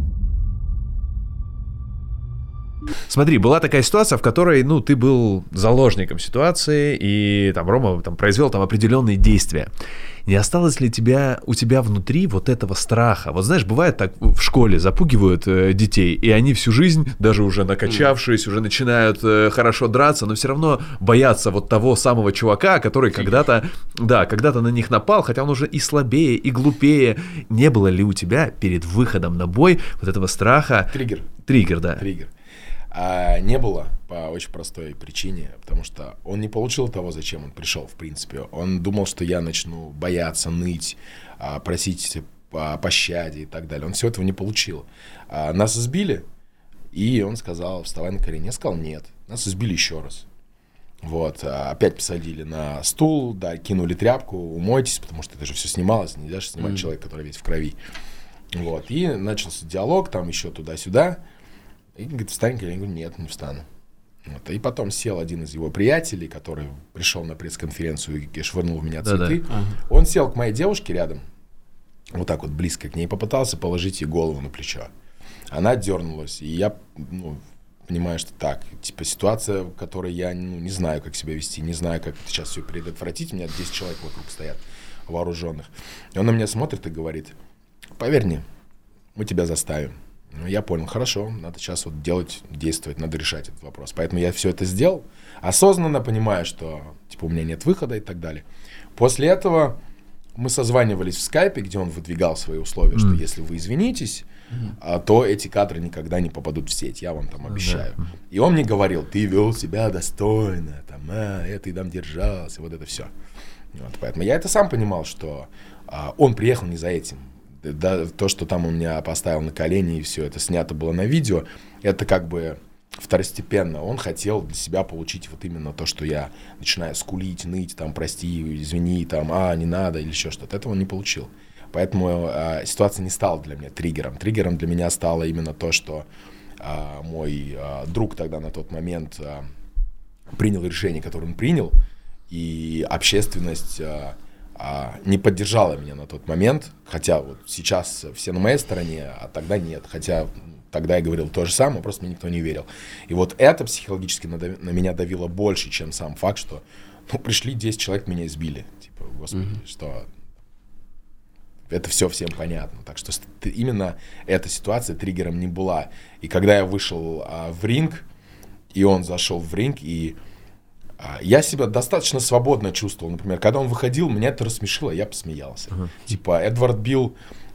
Смотри, была такая ситуация, в которой, ну, ты был заложником ситуации, и там Рома там, произвел там определенные действия. Не осталось ли тебя, у тебя внутри вот этого страха? Вот знаешь, бывает так, в школе запугивают э, детей, и они всю жизнь, даже уже накачавшись, уже начинают э, хорошо драться, но все равно боятся вот того самого чувака, который когда-то, да, когда-то на них напал, хотя он уже и слабее, и глупее. Не было ли у тебя перед выходом на бой вот этого страха? Триггер. Триггер, да. Триггер. А не было по очень простой причине, потому что он не получил того, зачем он пришел, в принципе. Он думал, что я начну бояться, ныть, просить о пощаде и так далее. Он всего этого не получил. Нас избили, и он сказал: вставай на колени. Я сказал: нет. Нас избили еще раз. Вот. Опять посадили на стул, да, кинули тряпку, умойтесь, потому что это же все снималось. Нельзя же снимать mm. человека, который весь в крови. Вот. И начался диалог, там еще туда-сюда. И говорит: встань, я говорю: нет, не встану. Вот. И потом сел один из его приятелей, который пришел на пресс-конференцию и швырнул в меня цветы. Да-да. Ага. Он сел к моей девушке рядом, вот так вот близко к ней, попытался положить ей голову на плечо. Она дернулась, и я, ну, понимаю, что так, типа ситуация, в которой я, ну, не знаю, как себя вести, не знаю, как сейчас все предотвратить. У меня десять человек вокруг стоят, вооруженных. И он на меня смотрит и говорит: поверь мне, мы тебя заставим. Ну, я понял, хорошо, надо сейчас вот делать, действовать, надо решать этот вопрос. Поэтому я все это сделал, осознанно понимая, что типа у меня нет выхода и так далее. После этого мы созванивались в скайпе, где он выдвигал свои условия, mm. что если вы извинитесь, mm. то эти кадры никогда не попадут в сеть, я вам там обещаю. Mm. И он мне говорил: ты вел себя достойно, там, а, это и там держался, вот это все. Вот, поэтому я это сам понимал, что а, он приехал не за этим. Да, то, что там он меня поставил на колени, и все это снято было на видео, это как бы второстепенно. Он хотел для себя получить вот именно то, что я начинаю скулить, ныть, там, прости, извини, там, а, не надо, или еще что-то. Этого он не получил. Поэтому э, ситуация не стала для меня триггером. Триггером для меня стало именно то, что э, мой э, друг тогда на тот момент э, принял решение, которое он принял, и общественность... Э, а, не поддержала меня на тот момент, хотя вот сейчас все на моей стороне, а тогда нет, хотя тогда я говорил то же самое, просто мне никто не верил. И вот это психологически на, на меня давило больше, чем сам факт, что ну, пришли десять человек, меня избили. Типа, господи, mm-hmm. что... Это все всем понятно. Так что именно эта ситуация триггером не была. И когда я вышел а, в ринг, и он зашел в ринг, и а, я себя достаточно свободно чувствовал. Например, когда он выходил, меня это рассмешило, я посмеялся. Uh-huh. Типа, Эдвард Билл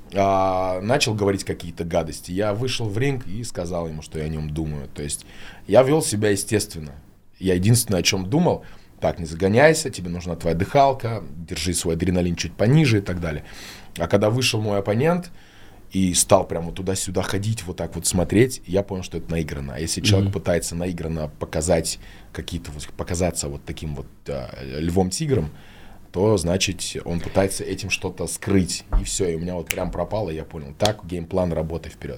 а, начал говорить какие-то гадости. Я вышел в ринг и сказал ему, что я о нем думаю. То есть я вел себя естественно. Я единственное, о чем думал, так, не загоняйся, тебе нужна твоя дыхалка, держи свой адреналин чуть пониже и так далее. А когда вышел мой оппонент и стал прямо туда-сюда ходить, вот так вот смотреть, я понял, что это наигранно. А если mm-hmm. человек пытается наигранно показать какие-то, показаться вот таким вот э, львом-тигром, то, значит, он пытается этим что-то скрыть. И все, и у меня вот прям пропало, и я понял, так, геймплан, работай вперед.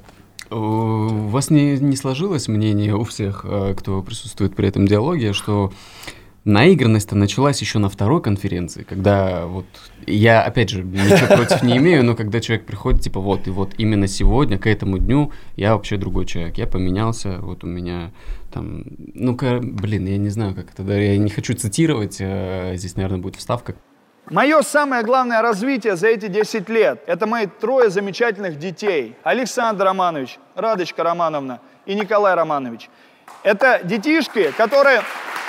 У вас не, не сложилось мнение у всех, кто присутствует при этом диалоге, что наигранность-то началась еще на второй конференции, когда вот, я, опять же, ничего против не имею, но когда человек приходит, типа, вот, и вот именно сегодня, к этому дню, я вообще другой человек, я поменялся, вот у меня там, ну-ка, блин, я не знаю, как это, да, я не хочу цитировать, здесь, наверное, будет вставка. Мое самое главное развитие за эти десять лет – это мои трое замечательных детей. Александр Романович, Радочка Романовна и Николай Романович. Это детишки, которые...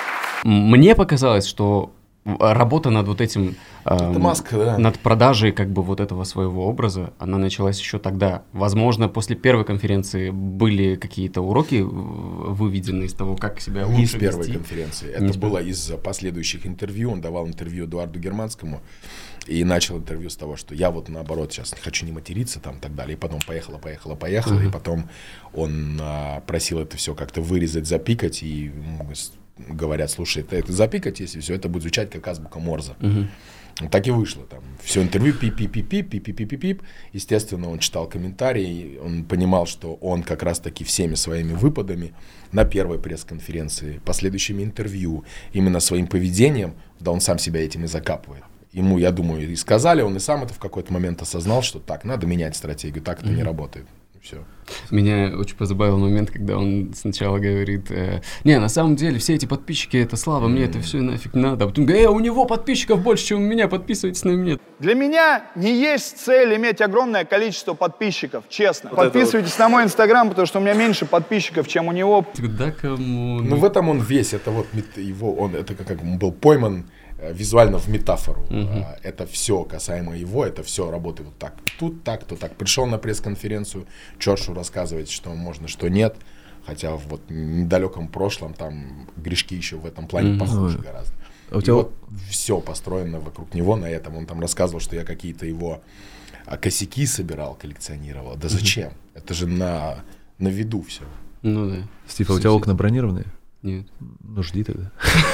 Мне показалось, что работа над вот этим, э, маска, да. над продажей как бы вот этого своего образа, она началась еще тогда. Возможно, после первой конференции были какие-то уроки выведены из того, как себя лучше Не с первой вести. конференции. Это было из последующих интервью. Он давал интервью Эдуарду Германскому и начал интервью с того, что я вот наоборот сейчас не хочу не материться там и так далее. И потом поехала, поехала, поехала. Uh-huh. И потом он а, просил это все как-то вырезать, запикать и... говорят, слушай, это, это запикать, если все, это будет звучать как азбука Морзе. Uh-huh. Так и вышло. Там все интервью пип-пип-пип, пип-пип-пип-пип. Естественно, он читал комментарии, он понимал, что он как раз-таки всеми своими выпадами на первой пресс-конференции, последующими интервью, именно своим поведением, да он сам себя этим и закапывает. Ему, я думаю, и сказали, он и сам это в какой-то момент осознал, что так, надо менять стратегию, так это uh-huh. не работает. Все. Меня очень позабавил момент, когда он сначала говорит, э, не, на самом деле все эти подписчики, это слава, мне mm. это все нафиг надо. А потом говорит, э, у него подписчиков больше, чем у меня, подписывайтесь на меня. Для меня не есть цель иметь огромное количество подписчиков, честно. Вот Подписывайтесь вот. на мой инстаграм, потому что у меня меньше подписчиков, чем у него. Да кому? Ну в этом он весь, это вот его, он, это как он был пойман визуально в метафору. Uh-huh. Это все касаемо его, это все работает вот так. Тут так, то так. Пришел на пресс-конференцию, Чоршу рассказывать, что можно, что нет. Хотя вот в недалеком прошлом там грешки еще в этом плане uh-huh. похожи гораздо. Uh-huh. И тебя... вот все построено вокруг него на этом. Он там рассказывал, что я какие-то его косяки собирал, коллекционировал. Да зачем? Uh-huh. Это же на, на виду все. Ну да. Стив, а у тебя окна бронированные? Нет. Ну, жди тогда.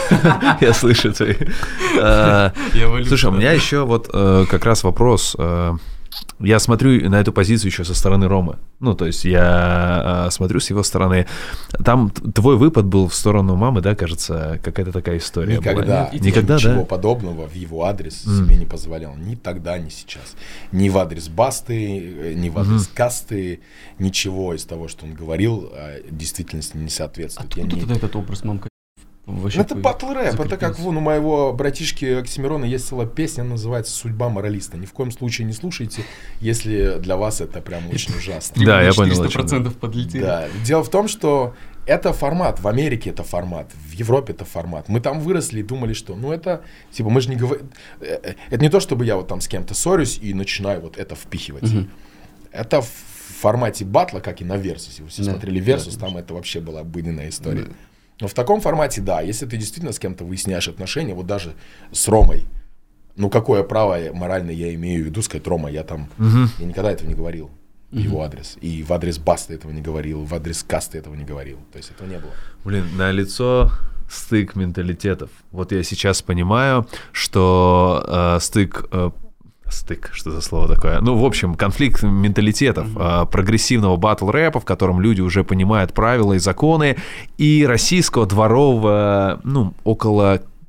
Я слышу твои. Слушай, у меня еще вот как раз вопрос. Я смотрю на эту позицию еще со стороны Ромы. Ну, то есть я смотрю с его стороны. Там твой выпад был в сторону мамы, да, кажется, какая-то такая история Никогда. была. Никогда, ничего да? подобного в его адрес mm. себе не позволял. Ни тогда, ни сейчас. Ни в адрес Басты, ни в адрес mm. Касты. Ничего из того, что он говорил, действительности не соответствует. Откуда не... тогда этот образ мамка? Вообще это батл рэп, это как вон у моего братишки Оксимирона есть целая песня, она называется «Судьба моралиста». Ни в коем случае не слушайте, если для вас это прям очень ужасно. Да, я понял. четыреста процентов подлетели. Да, дело в том, что это формат, в Америке это формат, в Европе это формат. Мы там выросли и думали, что, ну это, типа, мы же не говорим, это не то, чтобы я вот там с кем-то ссорюсь и начинаю вот это впихивать. Угу. Это в формате батла, как и на Versus. Вы все да, смотрели Versus, да, там это вообще была обыденная история. Да. Но в таком формате, да, если ты действительно с кем-то выясняешь отношения, вот даже с Ромой, ну какое право моральное я имею в виду сказать, Рома, я там, угу. я никогда этого не говорил в угу. его адрес, и в адрес Басты этого не говорил, в адрес Касты этого не говорил, то есть этого не было. Блин, на лицо стык менталитетов. Вот я сейчас понимаю, что э, стык... Э, Стык, что за слово такое? Ну, в общем, конфликт менталитетов, mm-hmm. прогрессивного батл-рэпа, в котором люди уже понимают правила и законы, и российского дворового, ну, около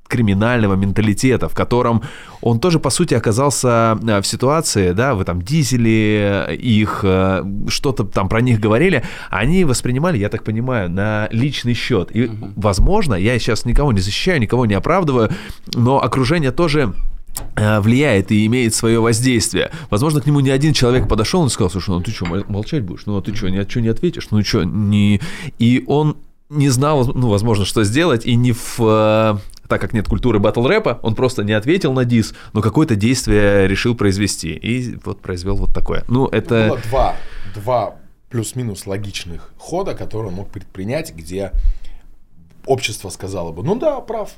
криминального менталитета, в котором он тоже, по сути, оказался в ситуации, да, вы там дизели их, что-то там про них говорили, они воспринимали, я так понимаю, на личный счет. И, uh-huh. возможно, я сейчас никого не защищаю, никого не оправдываю, но окружение тоже влияет и имеет свое воздействие. Возможно, к нему не один человек подошел и сказал: слушай, ну ты что, молчать будешь? Ну а ты что, ни, что не ответишь? Ну что, не... И он не знал, ну, возможно, что сделать, и не в... Так как нет культуры батл-рэпа, он просто не ответил на дис, но какое-то действие решил произвести. И вот произвел вот такое. Ну, это... Было два, два плюс-минус логичных хода, которые он мог предпринять, где общество сказало бы: ну да, прав.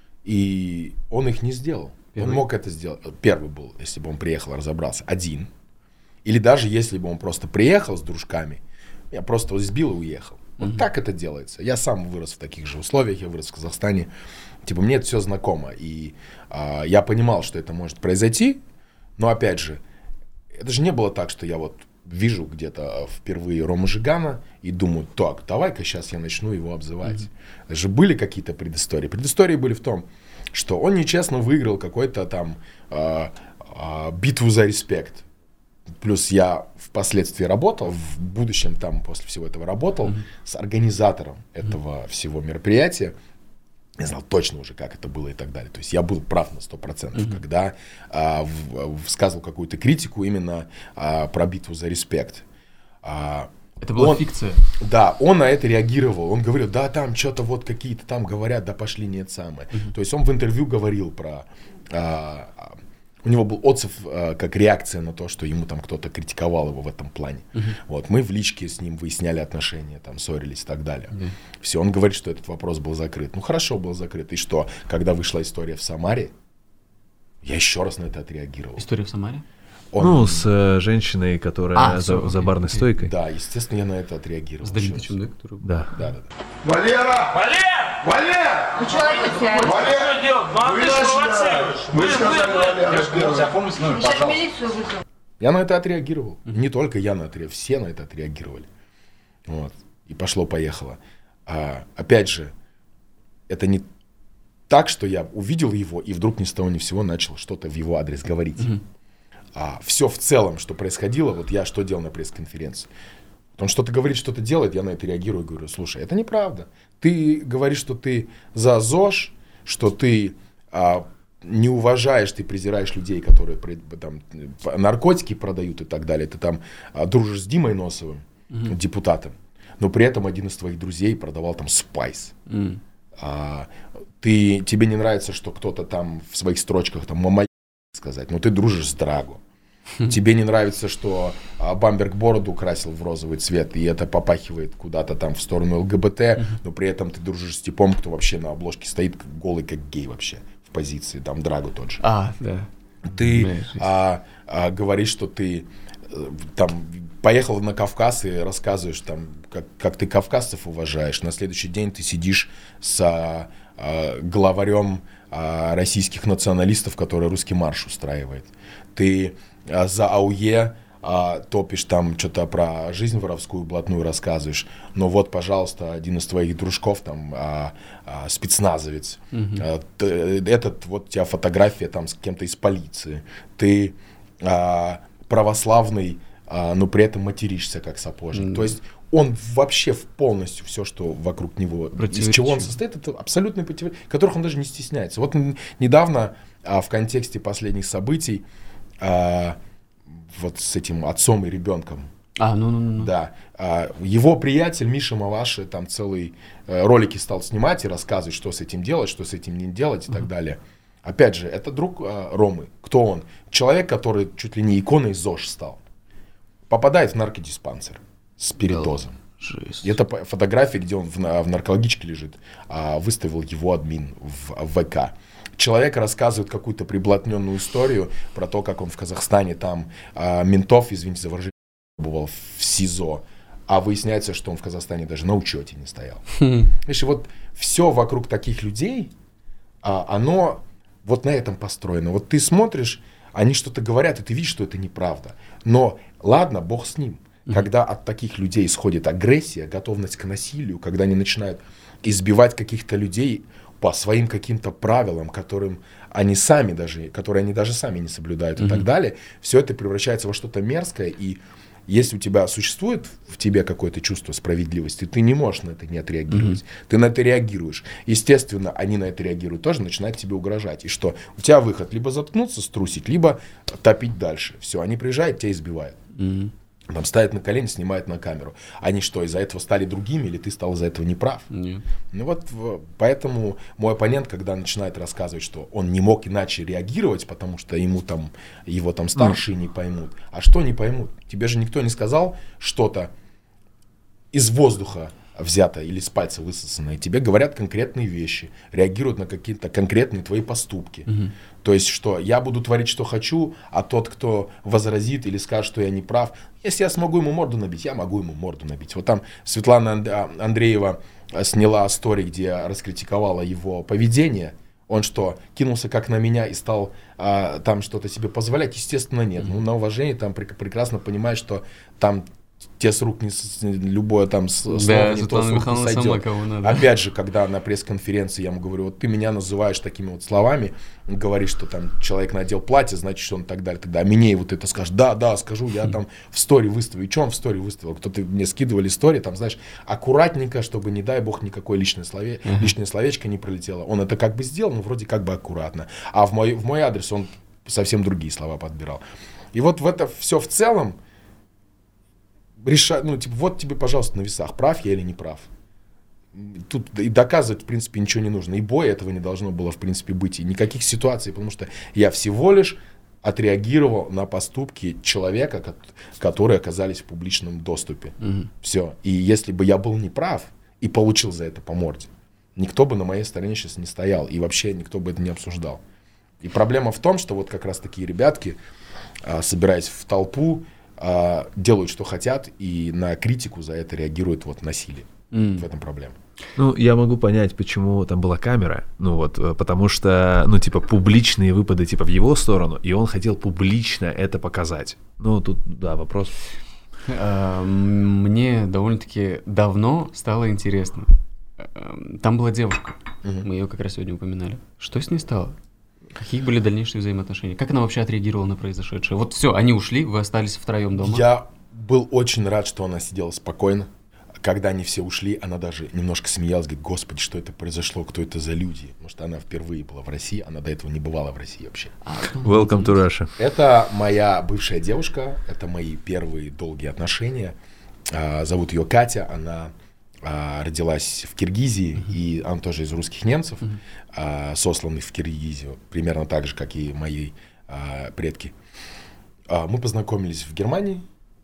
И он их не сделал. Первый. Он мог это сделать. Первый был, если бы он приехал, разобрался, один. Или даже если бы он просто приехал с дружками, я просто сбил и уехал. Вот угу. так это делается. Я сам вырос в таких же условиях, я вырос в Казахстане. Типа, мне это все знакомо. И а, я понимал, что это может произойти. Но опять же, это же не было так, что я вот вижу где-то впервые Рому Жигана и думаю: так, давай-ка сейчас я начну его обзывать. Mm-hmm. Это же были какие-то предыстории. Предыстории были в том, что он нечестно выиграл какой-то там э, э, битву за респект. Плюс я впоследствии работал, в будущем там после всего этого работал mm-hmm. с организатором этого mm-hmm. всего мероприятия. Я знал точно уже, как это было и так далее. То есть я был прав на сто процентов, mm-hmm. когда а, в, высказывал какую-то критику именно а, про битву за респект. А, это была он, фикция. Да, он на это реагировал. Он говорил: да, там что-то вот какие-то там говорят, да пошли, нет самое. Mm-hmm. То есть он в интервью говорил про... А, у него был отзыв а, как реакция на то, что ему там кто-то критиковал его в этом плане. Uh-huh. Вот, мы в личке с ним выясняли отношения, там, ссорились и так далее. Uh-huh. Все, он говорит, что этот вопрос был закрыт. Ну, хорошо, был закрыт. И что, когда вышла история в Самаре, я еще раз на это отреагировал. История в Самаре? Он... Ну, с э, женщиной, которая а, за, все, за барной okay. стойкой. Да, естественно, я на это отреагировал. С Давидычем, да? Который... Да. Да, да, да. Валера! Валер! Валер! Ну, человек теряет. Валер! Что делать? Ну, а ты провоцируешь? Вы сказали, Валер, сейчас милицию вызову. Я на это отреагировал. Mm-hmm. Не только я на это реагировал, все на это отреагировали. Вот. И пошло-поехало. А, опять же, это не так, что я увидел его и вдруг ни с того ни с сего начал что-то в его адрес говорить. Mm-hmm. А все в целом, что происходило, вот я что делал на пресс-конференции. Он что-то говорит, что-то делает, я на это реагирую и говорю: слушай, это неправда. Ты говоришь, что ты за ЗОЖ, что ты а, не уважаешь, ты презираешь людей, которые там, наркотики продают и так далее. Ты там а, дружишь с Димой Носовым, mm-hmm. депутатом, но при этом один из твоих друзей продавал там спайс. Mm. А, ты, тебе не нравится, что кто-то там в своих строчках там мама сказать, но ты дружишь с Драго. Тебе не нравится, что а, Бамберг бороду красил в розовый цвет, и это попахивает куда-то там в сторону ЛГБТ, uh-huh. но при этом ты дружишь с типом, кто вообще на обложке стоит голый как гей вообще в позиции, там Драго тот же. А, да. Ты а, а, говоришь, что ты там поехал на Кавказ и рассказываешь там, как, как ты кавказцев уважаешь. На следующий день ты сидишь с а, а, главарем а, российских националистов, который русский марш устраивает. Ты а, за АУЕ а, топишь там что-то про жизнь воровскую, блатную рассказываешь. Но вот, пожалуйста, один из твоих дружков там а, а, спецназовец. Mm-hmm. А, т, этот, вот у тебя фотография там с кем-то из полиции. Ты а, православный, а, но при этом материшься как сапожник. Mm-hmm. То есть он вообще в полностью все, что вокруг него, из чего он состоит, это абсолютные противоречия, которых он даже не стесняется. Вот недавно а, в контексте последних событий а, вот с этим отцом и ребенком. А, ну, ну, ну. Да. А, его приятель Миша Маваши там целый э, ролики стал снимать и рассказывать, что с этим делать, что с этим не делать и uh-huh. так далее. Опять же, это друг э, Ромы. Кто он? Человек, который чуть ли не иконой ЗОЖ стал. Попадает в наркодиспансер с передозом. Жесть. Это фотография, где он в, в наркологичке лежит. А, выставил его админ в, в ВК. Человек рассказывает какую-то приблотненную историю про то, как он в Казахстане там а, ментов, извините за выражение, бывал в СИЗО. А выясняется, что он в Казахстане даже на учете не стоял. Хм. Видишь, вот все вокруг таких людей, а, оно вот на этом построено. Вот ты смотришь, они что-то говорят, и ты видишь, что это неправда. Но ладно, бог с ним. Mm-hmm. Когда от таких людей исходит агрессия, готовность к насилию, когда они начинают избивать каких-то людей, по своим каким-то правилам, которым они сами даже, которые они даже сами не соблюдают mm-hmm. и так далее, все это превращается во что-то мерзкое, и если у тебя существует в тебе какое-то чувство справедливости, ты не можешь на это не отреагировать. Mm-hmm. Ты на это реагируешь. Естественно, они на это реагируют тоже, начинают тебе угрожать. И что? У тебя выход либо заткнуться, струсить, либо топить дальше. Все, они приезжают, тебя избивают. Mm-hmm. Там ставят на колени, снимают на камеру. Они что, из-за этого стали другими, или ты стал из-за этого неправ? Нет. Ну вот, поэтому мой оппонент, когда начинает рассказывать, что он не мог иначе реагировать, потому что ему там, его там старшие mm. не поймут. А что не поймут? Тебе же никто не сказал что-то из воздуха взято или с пальца высосанное. Тебе говорят конкретные вещи, реагируют на какие-то конкретные твои поступки. Mm-hmm. То есть, что я буду творить, что хочу, а тот, кто возразит или скажет, что я не прав, если я смогу ему морду набить, я могу ему морду набить. Вот там Светлана Андреева сняла стори, где раскритиковала его поведение. Он что, кинулся как на меня и стал а, там что-то себе позволять? Естественно, нет. Mm-hmm. Ну, на уважение там прек- прекрасно понимает, что там те с рук не с, любое там слово да, не то с рук не сойдет. Опять же, когда на пресс-конференции я ему говорю, вот ты меня называешь такими вот словами, говоришь, что там человек надел платье, значит, что он так далее, тогда а мне вот это скажешь, да, да, скажу, я там в стори выставлю. И что он в стори выставил? Кто-то мне скидывали стори, там, знаешь, аккуратненько, чтобы, не дай бог, никакое личное, слове, uh-huh. личное словечко не пролетело. Он это как бы сделал, но вроде как бы аккуратно. А в мой, в мой адрес он совсем другие слова подбирал. И вот в это все в целом решать, ну, типа, вот тебе, пожалуйста, на весах, прав я или не прав. Тут и доказывать, в принципе, ничего не нужно. И боя этого не должно было, в принципе, быть. И никаких ситуаций, потому что я всего лишь отреагировал на поступки человека, которые оказались в публичном доступе. Угу. Все. И если бы я был неправ и получил за это по морде, никто бы на моей стороне сейчас не стоял. И вообще никто бы это не обсуждал. И проблема в том, что вот как раз такие ребятки, собираясь в толпу, делают, что хотят, и на критику за это реагируют вот насилие. Mm. В этом проблема. Ну, я могу понять, почему там была камера. Ну вот, потому что, ну, типа, публичные выпады, типа, в его сторону, и он хотел публично это показать. Ну, тут, да, вопрос. Мне довольно-таки давно стало интересно. Там была девушка. Mm-hmm. Мы ее как раз сегодня упоминали. Что с ней стало? Какие были дальнейшие взаимоотношения? Как она вообще отреагировала на произошедшее? Вот все, они ушли, вы остались втроем дома. Я был очень рад, что она сидела спокойно. Когда они все ушли, она даже немножко смеялась, говорит, господи, что это произошло, кто это за люди? Потому что она впервые была в России, она до этого не бывала в России вообще. Welcome to Russia. Это моя бывшая девушка, это мои первые долгие отношения. Зовут ее Катя, она родилась в Киргизии, uh-huh. и она тоже из русских немцев, uh-huh. а, сосланных в Киргизию, примерно так же, как и мои а, предки. А, мы познакомились в Германии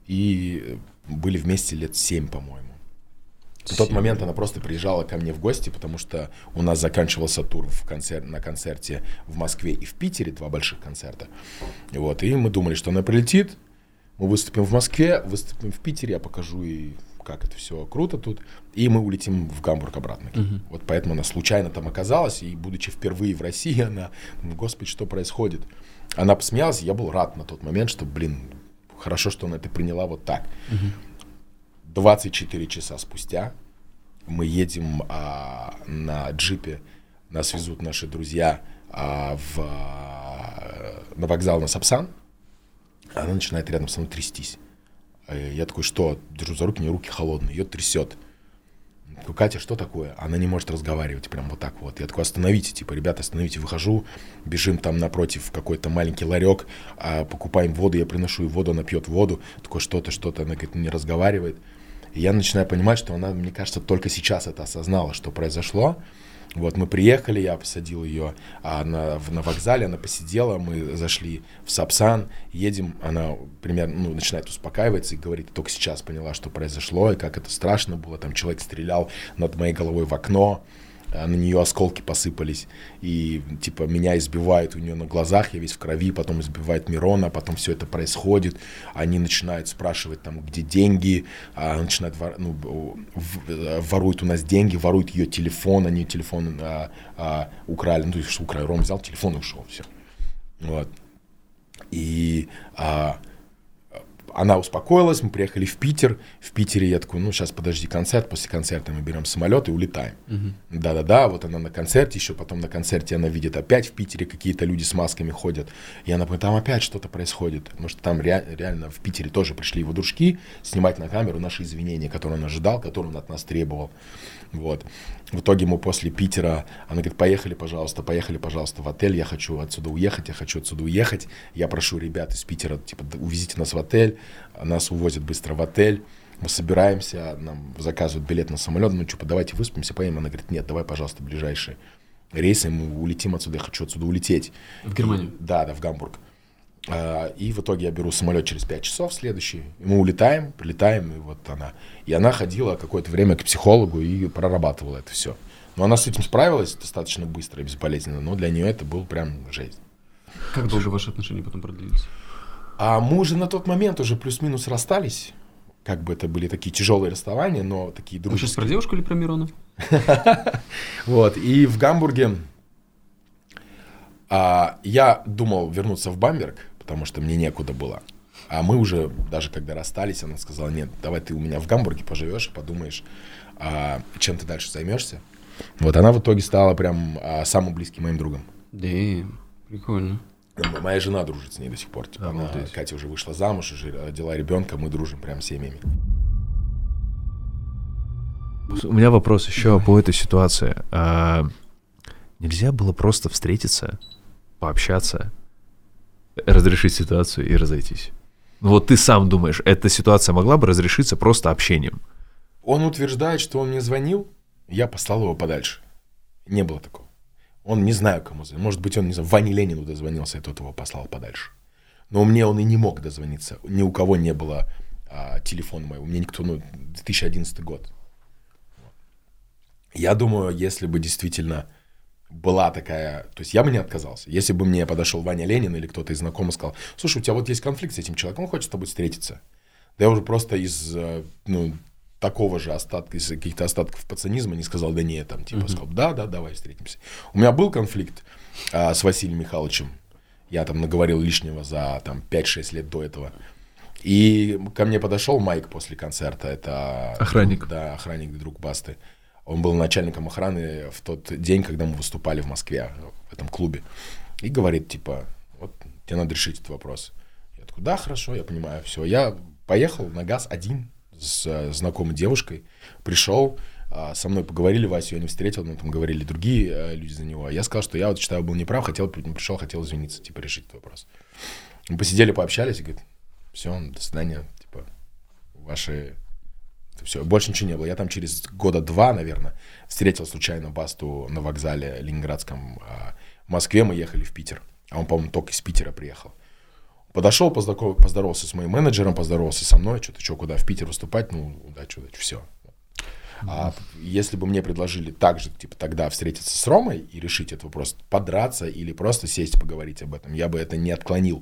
и были вместе лет семь, по-моему. В тот момент она просто приезжала ко мне в гости, потому что у нас заканчивался тур в концерт, на концерте в Москве и в Питере, два больших концерта. Вот, и мы думали, что она прилетит, мы выступим в Москве, выступим в Питере, я покажу ей, как это все круто тут, и мы улетим в Гамбург обратно. Uh-huh. Вот поэтому она случайно там оказалась, и будучи впервые в России, она, господи, что происходит? Она посмеялась, и я был рад на тот момент, что, блин, хорошо, что она это приняла вот так. Uh-huh. двадцать четыре часа спустя мы едем а, на джипе, нас везут наши друзья а, в, а, на вокзал на Сапсан, она начинает рядом со мной трястись. Я такой, что? Держу за руки, у нее руки холодные, ее трясет. Я такой, Катя, что такое? Она не может разговаривать, прям вот так вот. Я такой, остановите, типа, ребята, остановите. Выхожу, бежим там напротив какой-то маленький ларек, покупаем воду, я приношу ей воду, она пьет воду. Такой, что-то, что-то, она, говорит, не разговаривает. И я начинаю понимать, что она, мне кажется, только сейчас это осознала, что произошло. Вот мы приехали, я посадил ее а, на, на вокзале, она посидела, мы зашли в Сапсан, едем, она примерно ну, начинает успокаиваться и говорит, только сейчас поняла, что произошло и как это страшно было, там человек стрелял над моей головой в окно, а на нее осколки посыпались, и типа меня избивают у нее на глазах, я весь в крови, потом избивает Мирона, потом все это происходит, они начинают спрашивать там, где деньги, а, начинают вор, ну, воруют у нас деньги, воруют ее телефон, они ее телефон а, а, украли, ну то есть украли, Ром взял телефон и ушел, все, вот, и а, она успокоилась, мы приехали в Питер. В Питере я такой, ну, сейчас подожди концерт. После концерта мы берем самолет и улетаем. Uh-huh. Да-да-да, вот она на концерте еще, потом на концерте она видит опять в Питере какие-то люди с масками ходят. И она говорит, там опять что-то происходит. Потому что там ре- реально в Питере тоже пришли его дружки снимать на камеру наши извинения, которые он ожидал, которые он от нас требовал. Вот. В итоге мы после Питера, она говорит, поехали, пожалуйста, поехали, пожалуйста, в отель, я хочу отсюда уехать, я хочу отсюда уехать, я прошу ребят из Питера, типа, увезите нас в отель, нас увозят быстро в отель, мы собираемся, нам заказывают билет на самолет, ну, типа, давайте выспимся, поедем, она говорит, нет, давай, пожалуйста, ближайшие рейсы, мы улетим отсюда, я хочу отсюда улететь. В Германию? И, да, да, в Гамбург. И в итоге я беру самолет через пять часов следующий, и мы улетаем, прилетаем, и вот она. И она ходила какое-то время к психологу и прорабатывала это все. Но она с этим справилась достаточно быстро и безболезненно, но для нее это был прям жизнь. Как долго ваши отношения потом продлились? А мы уже на тот момент уже плюс-минус расстались. Как бы это были такие тяжелые расставания, но такие дружеские. Вы сейчас про девушку или про Мирона? Вот, и в Гамбурге я думал вернуться в Бамберг, потому что мне некуда было. А мы уже, даже когда расстались, она сказала, нет, давай ты у меня в Гамбурге поживешь и подумаешь, а, чем ты дальше займешься. Вот она в итоге стала прям а, самым близким моим другом. Да, прикольно. Моя жена дружит с ней до сих пор. Типа, она, Катя уже вышла замуж, уже родила ребенка, мы дружим прям семьями. У меня вопрос еще Давай. по этой ситуации. А, нельзя было просто встретиться, пообщаться, разрешить ситуацию и разойтись? Вот ты сам думаешь, эта ситуация могла бы разрешиться просто общением? Он утверждает, что он мне звонил, я послал его подальше. Не было такого. Он не знаю, кому звонил. Может быть, он, не знаю, Ване Ленину дозвонился, и тот его послал подальше. Но мне он и не мог дозвониться. Ни у кого не было а, телефона моего. Мне никто, ну, две тысячи одиннадцатый год. Я думаю, если бы действительно была такая... То есть я бы не отказался. Если бы мне подошел Ваня Ленин или кто-то из знакомых сказал, слушай, у тебя вот есть конфликт с этим человеком, он хочет с тобой встретиться. Да я уже просто из, ну, такого же остатка, из каких-то остатков пацанизма не сказал, да нет, там, типа, uh-huh. сказал, да, да, давай встретимся. У меня был конфликт а, с Василием Михайловичем. Я там наговорил лишнего за там, пять-шесть лет до этого. И ко мне подошел Майк после концерта. Это охранник. Да, охранник, друг Басты. Он был начальником охраны в тот день, когда мы выступали в Москве, в этом клубе. И говорит, типа, вот тебе надо решить этот вопрос. Я такой, да, хорошо, я понимаю, все. Я поехал на газ один с знакомой девушкой. Пришел, со мной поговорили, Васю я не встретил, но там говорили другие люди за него. Я сказал, что я вот считаю, был неправ, хотел, пришел, хотел извиниться, типа, решить этот вопрос. Мы посидели, пообщались, и говорит, все, до свидания, типа, ваши... Все, больше ничего не было. Я там через года два, наверное, встретил случайно Басту на вокзале ленинградском. В Москве мы ехали в Питер, а он, по-моему, только из Питера приехал. Подошел, поздоровался с моим менеджером, поздоровался со мной, что-то, что, куда в Питер выступать, ну, удачи, удачи, все. А если бы мне предложили так же, типа, тогда встретиться с Ромой и решить этот вопрос, подраться или просто сесть и поговорить об этом, я бы это не отклонил.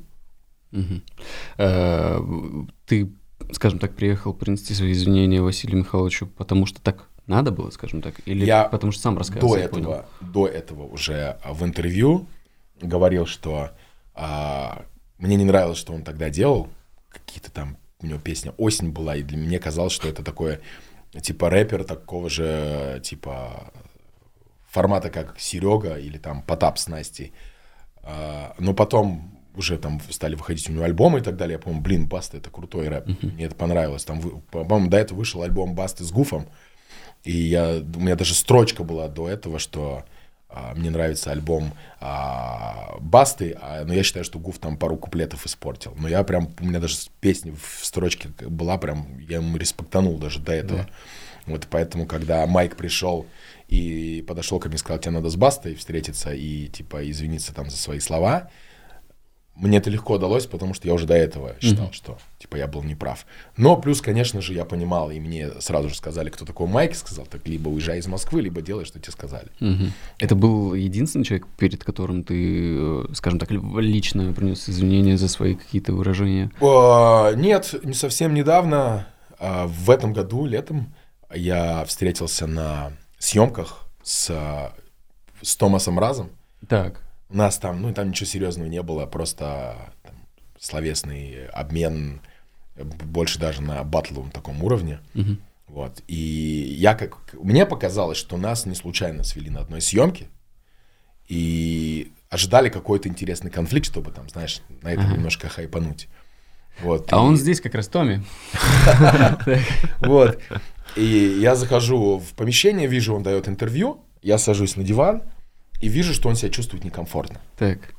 Ты, скажем так, приехал принести свои извинения Василию Михайловичу, потому что так надо было, скажем так, или я потому что сам раскаялся? До этого, до этого уже в интервью говорил, что а, мне не нравилось, что он тогда делал, какие-то там, у него песня «Осень» была, и для меня казалось, что это такое, типа, рэпер такого же, типа, формата, как Серега или там Потап с Настей. А, но потом уже там стали выходить у него альбомы и так далее. Я помню, блин, Баста — это крутой рэп. Uh-huh. Мне это понравилось. Там, по-моему, до этого вышел альбом Басты с Гуфом. И я, у меня даже строчка была до этого, что а, мне нравится альбом а, Басты, а, но я считаю, что Гуф там пару куплетов испортил. Но я прям, у меня даже песня в строчке была прям, я ему респектанул даже до этого. Yeah. Вот поэтому, когда Майк пришел и подошел ко мне и сказал, тебе надо с Бастой встретиться и типа извиниться там за свои слова, мне это легко удалось, потому что я уже до этого считал, mm-hmm. что типа я был неправ. Но плюс, конечно же, я понимал, и мне сразу же сказали, кто такой Майк, сказал, так либо уезжай из Москвы, либо делай, что тебе сказали. Mm-hmm. Это был единственный человек, перед которым ты, скажем так, лично принес извинения за свои какие-то выражения? О, нет, не совсем недавно, в этом году, летом, я встретился на съемках с, с Томасом Разом. Так. У нас там, ну, там ничего серьезного не было, просто там, словесный обмен, больше даже на баттловом таком уровне. Мгм. Вот. И я как... Мне показалось, что нас не случайно свели на одной съемке и ожидали какой-то интересный конфликт, чтобы там, знаешь, на этом Ага. немножко хайпануть. Вот. А И- он здесь как раз Томми. Вот. И я захожу в помещение, вижу, он дает интервью, я сажусь на диван и вижу, что он себя чувствует некомфортно. Так.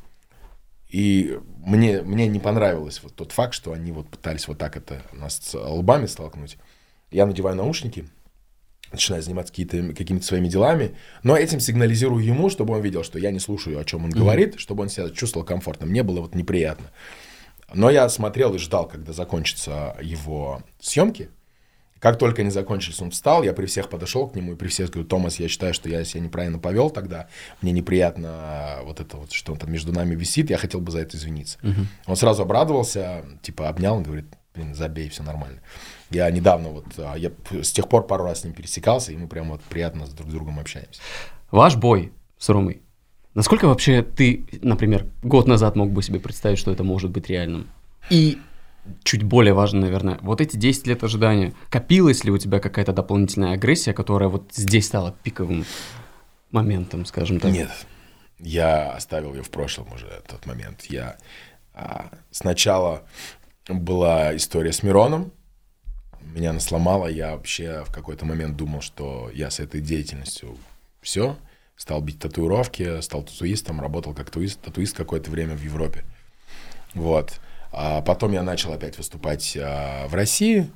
И мне, мне не понравилось вот тот факт, что они вот пытались вот так это нас с лбами столкнуть. Я надеваю наушники, начинаю заниматься какие-то, какими-то своими делами, но этим сигнализирую ему, чтобы он видел, что я не слушаю, о чем он говорит, чтобы он себя чувствовал комфортно. Мне было вот неприятно. Но я смотрел и ждал, когда закончатся его съемки. Как только они закончились, он встал, я при всех подошел к нему и при всех говорю: Томас, я считаю, что я себя неправильно повел тогда, мне неприятно вот это вот, что он там между нами висит, я хотел бы за это извиниться. Мгм. Он Он сразу обрадовался, типа обнял, он говорит: блин, забей, все нормально. Я недавно вот, а, я с тех пор пару раз с ним пересекался, и мы прям вот приятно с друг с другом общаемся. Ваш бой с Ромой. Насколько вообще ты, например, год назад мог бы себе представить, что это может быть реальным? И чуть более важно, наверное, вот эти десять лет ожидания, копилась ли у тебя какая-то дополнительная агрессия, которая вот здесь стала пиковым моментом, скажем так? Нет, я оставил ее в прошлом уже, тот момент. Я а, сначала была история с Мироном, меня она сломала, я вообще в какой-то момент думал, что я с этой деятельностью все, стал бить татуировки, стал татуистом, работал как татуист, татуист какое-то время в Европе. Вот. А потом я начал опять выступать а, в России.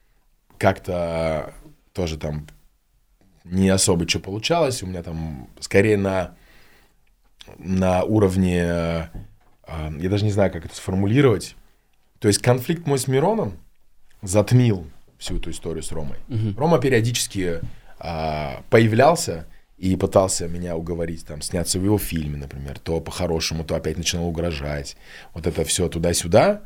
Как-то тоже там не особо что получалось. У меня там скорее на, на уровне... а, я даже не знаю, как это сформулировать. То есть конфликт мой с Мироном затмил всю эту историю с Ромой. Мгм. Рома периодически а, появлялся и пытался меня уговорить там сняться в его фильме, например, то по-хорошему, то опять начинал угрожать. Вот это все туда-сюда.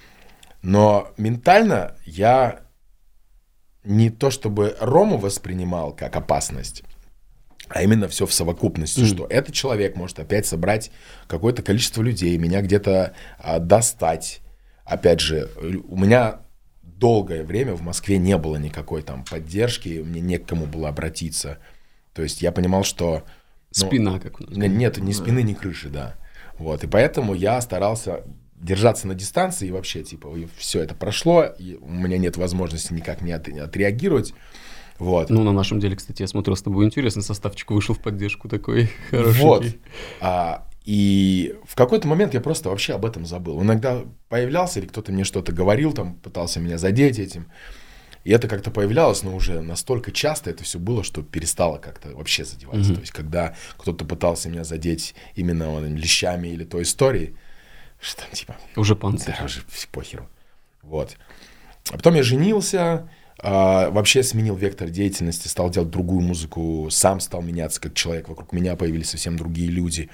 Но ментально я не то чтобы Рому воспринимал как опасность, а именно все в совокупности, Mm. что этот человек может опять собрать какое-то количество людей, меня где-то а, достать. Опять же, у меня долгое время в Москве не было никакой там поддержки, мне не к кому было обратиться. То есть я понимал, что... ну, Спина, как у нас. Н- Нет ни спины, ни крыши, да. Вот, и поэтому я старался держаться на дистанции и вообще, типа, все это прошло, и у меня нет возможности никак не от- отреагировать. Вот. Ну, на нашем деле, кстати, я смотрел с тобой интересный составчик, вышел в поддержку такой хороший. Вот. А, и в какой-то момент я просто вообще об этом забыл. Иногда появлялся, или кто-то мне что-то говорил, там, пытался меня задеть этим. И это как-то появлялось, но уже настолько часто это все было, что перестало как-то вообще задеваться. Мгм. То есть, когда кто-то пытался меня задеть именно он, лещами или той историей, что там, типа, Уже панцирь. да, уже всё похеру. Вот. А потом я женился, а, вообще сменил вектор деятельности, стал делать другую музыку, сам стал меняться как человек, вокруг меня появились совсем другие люди.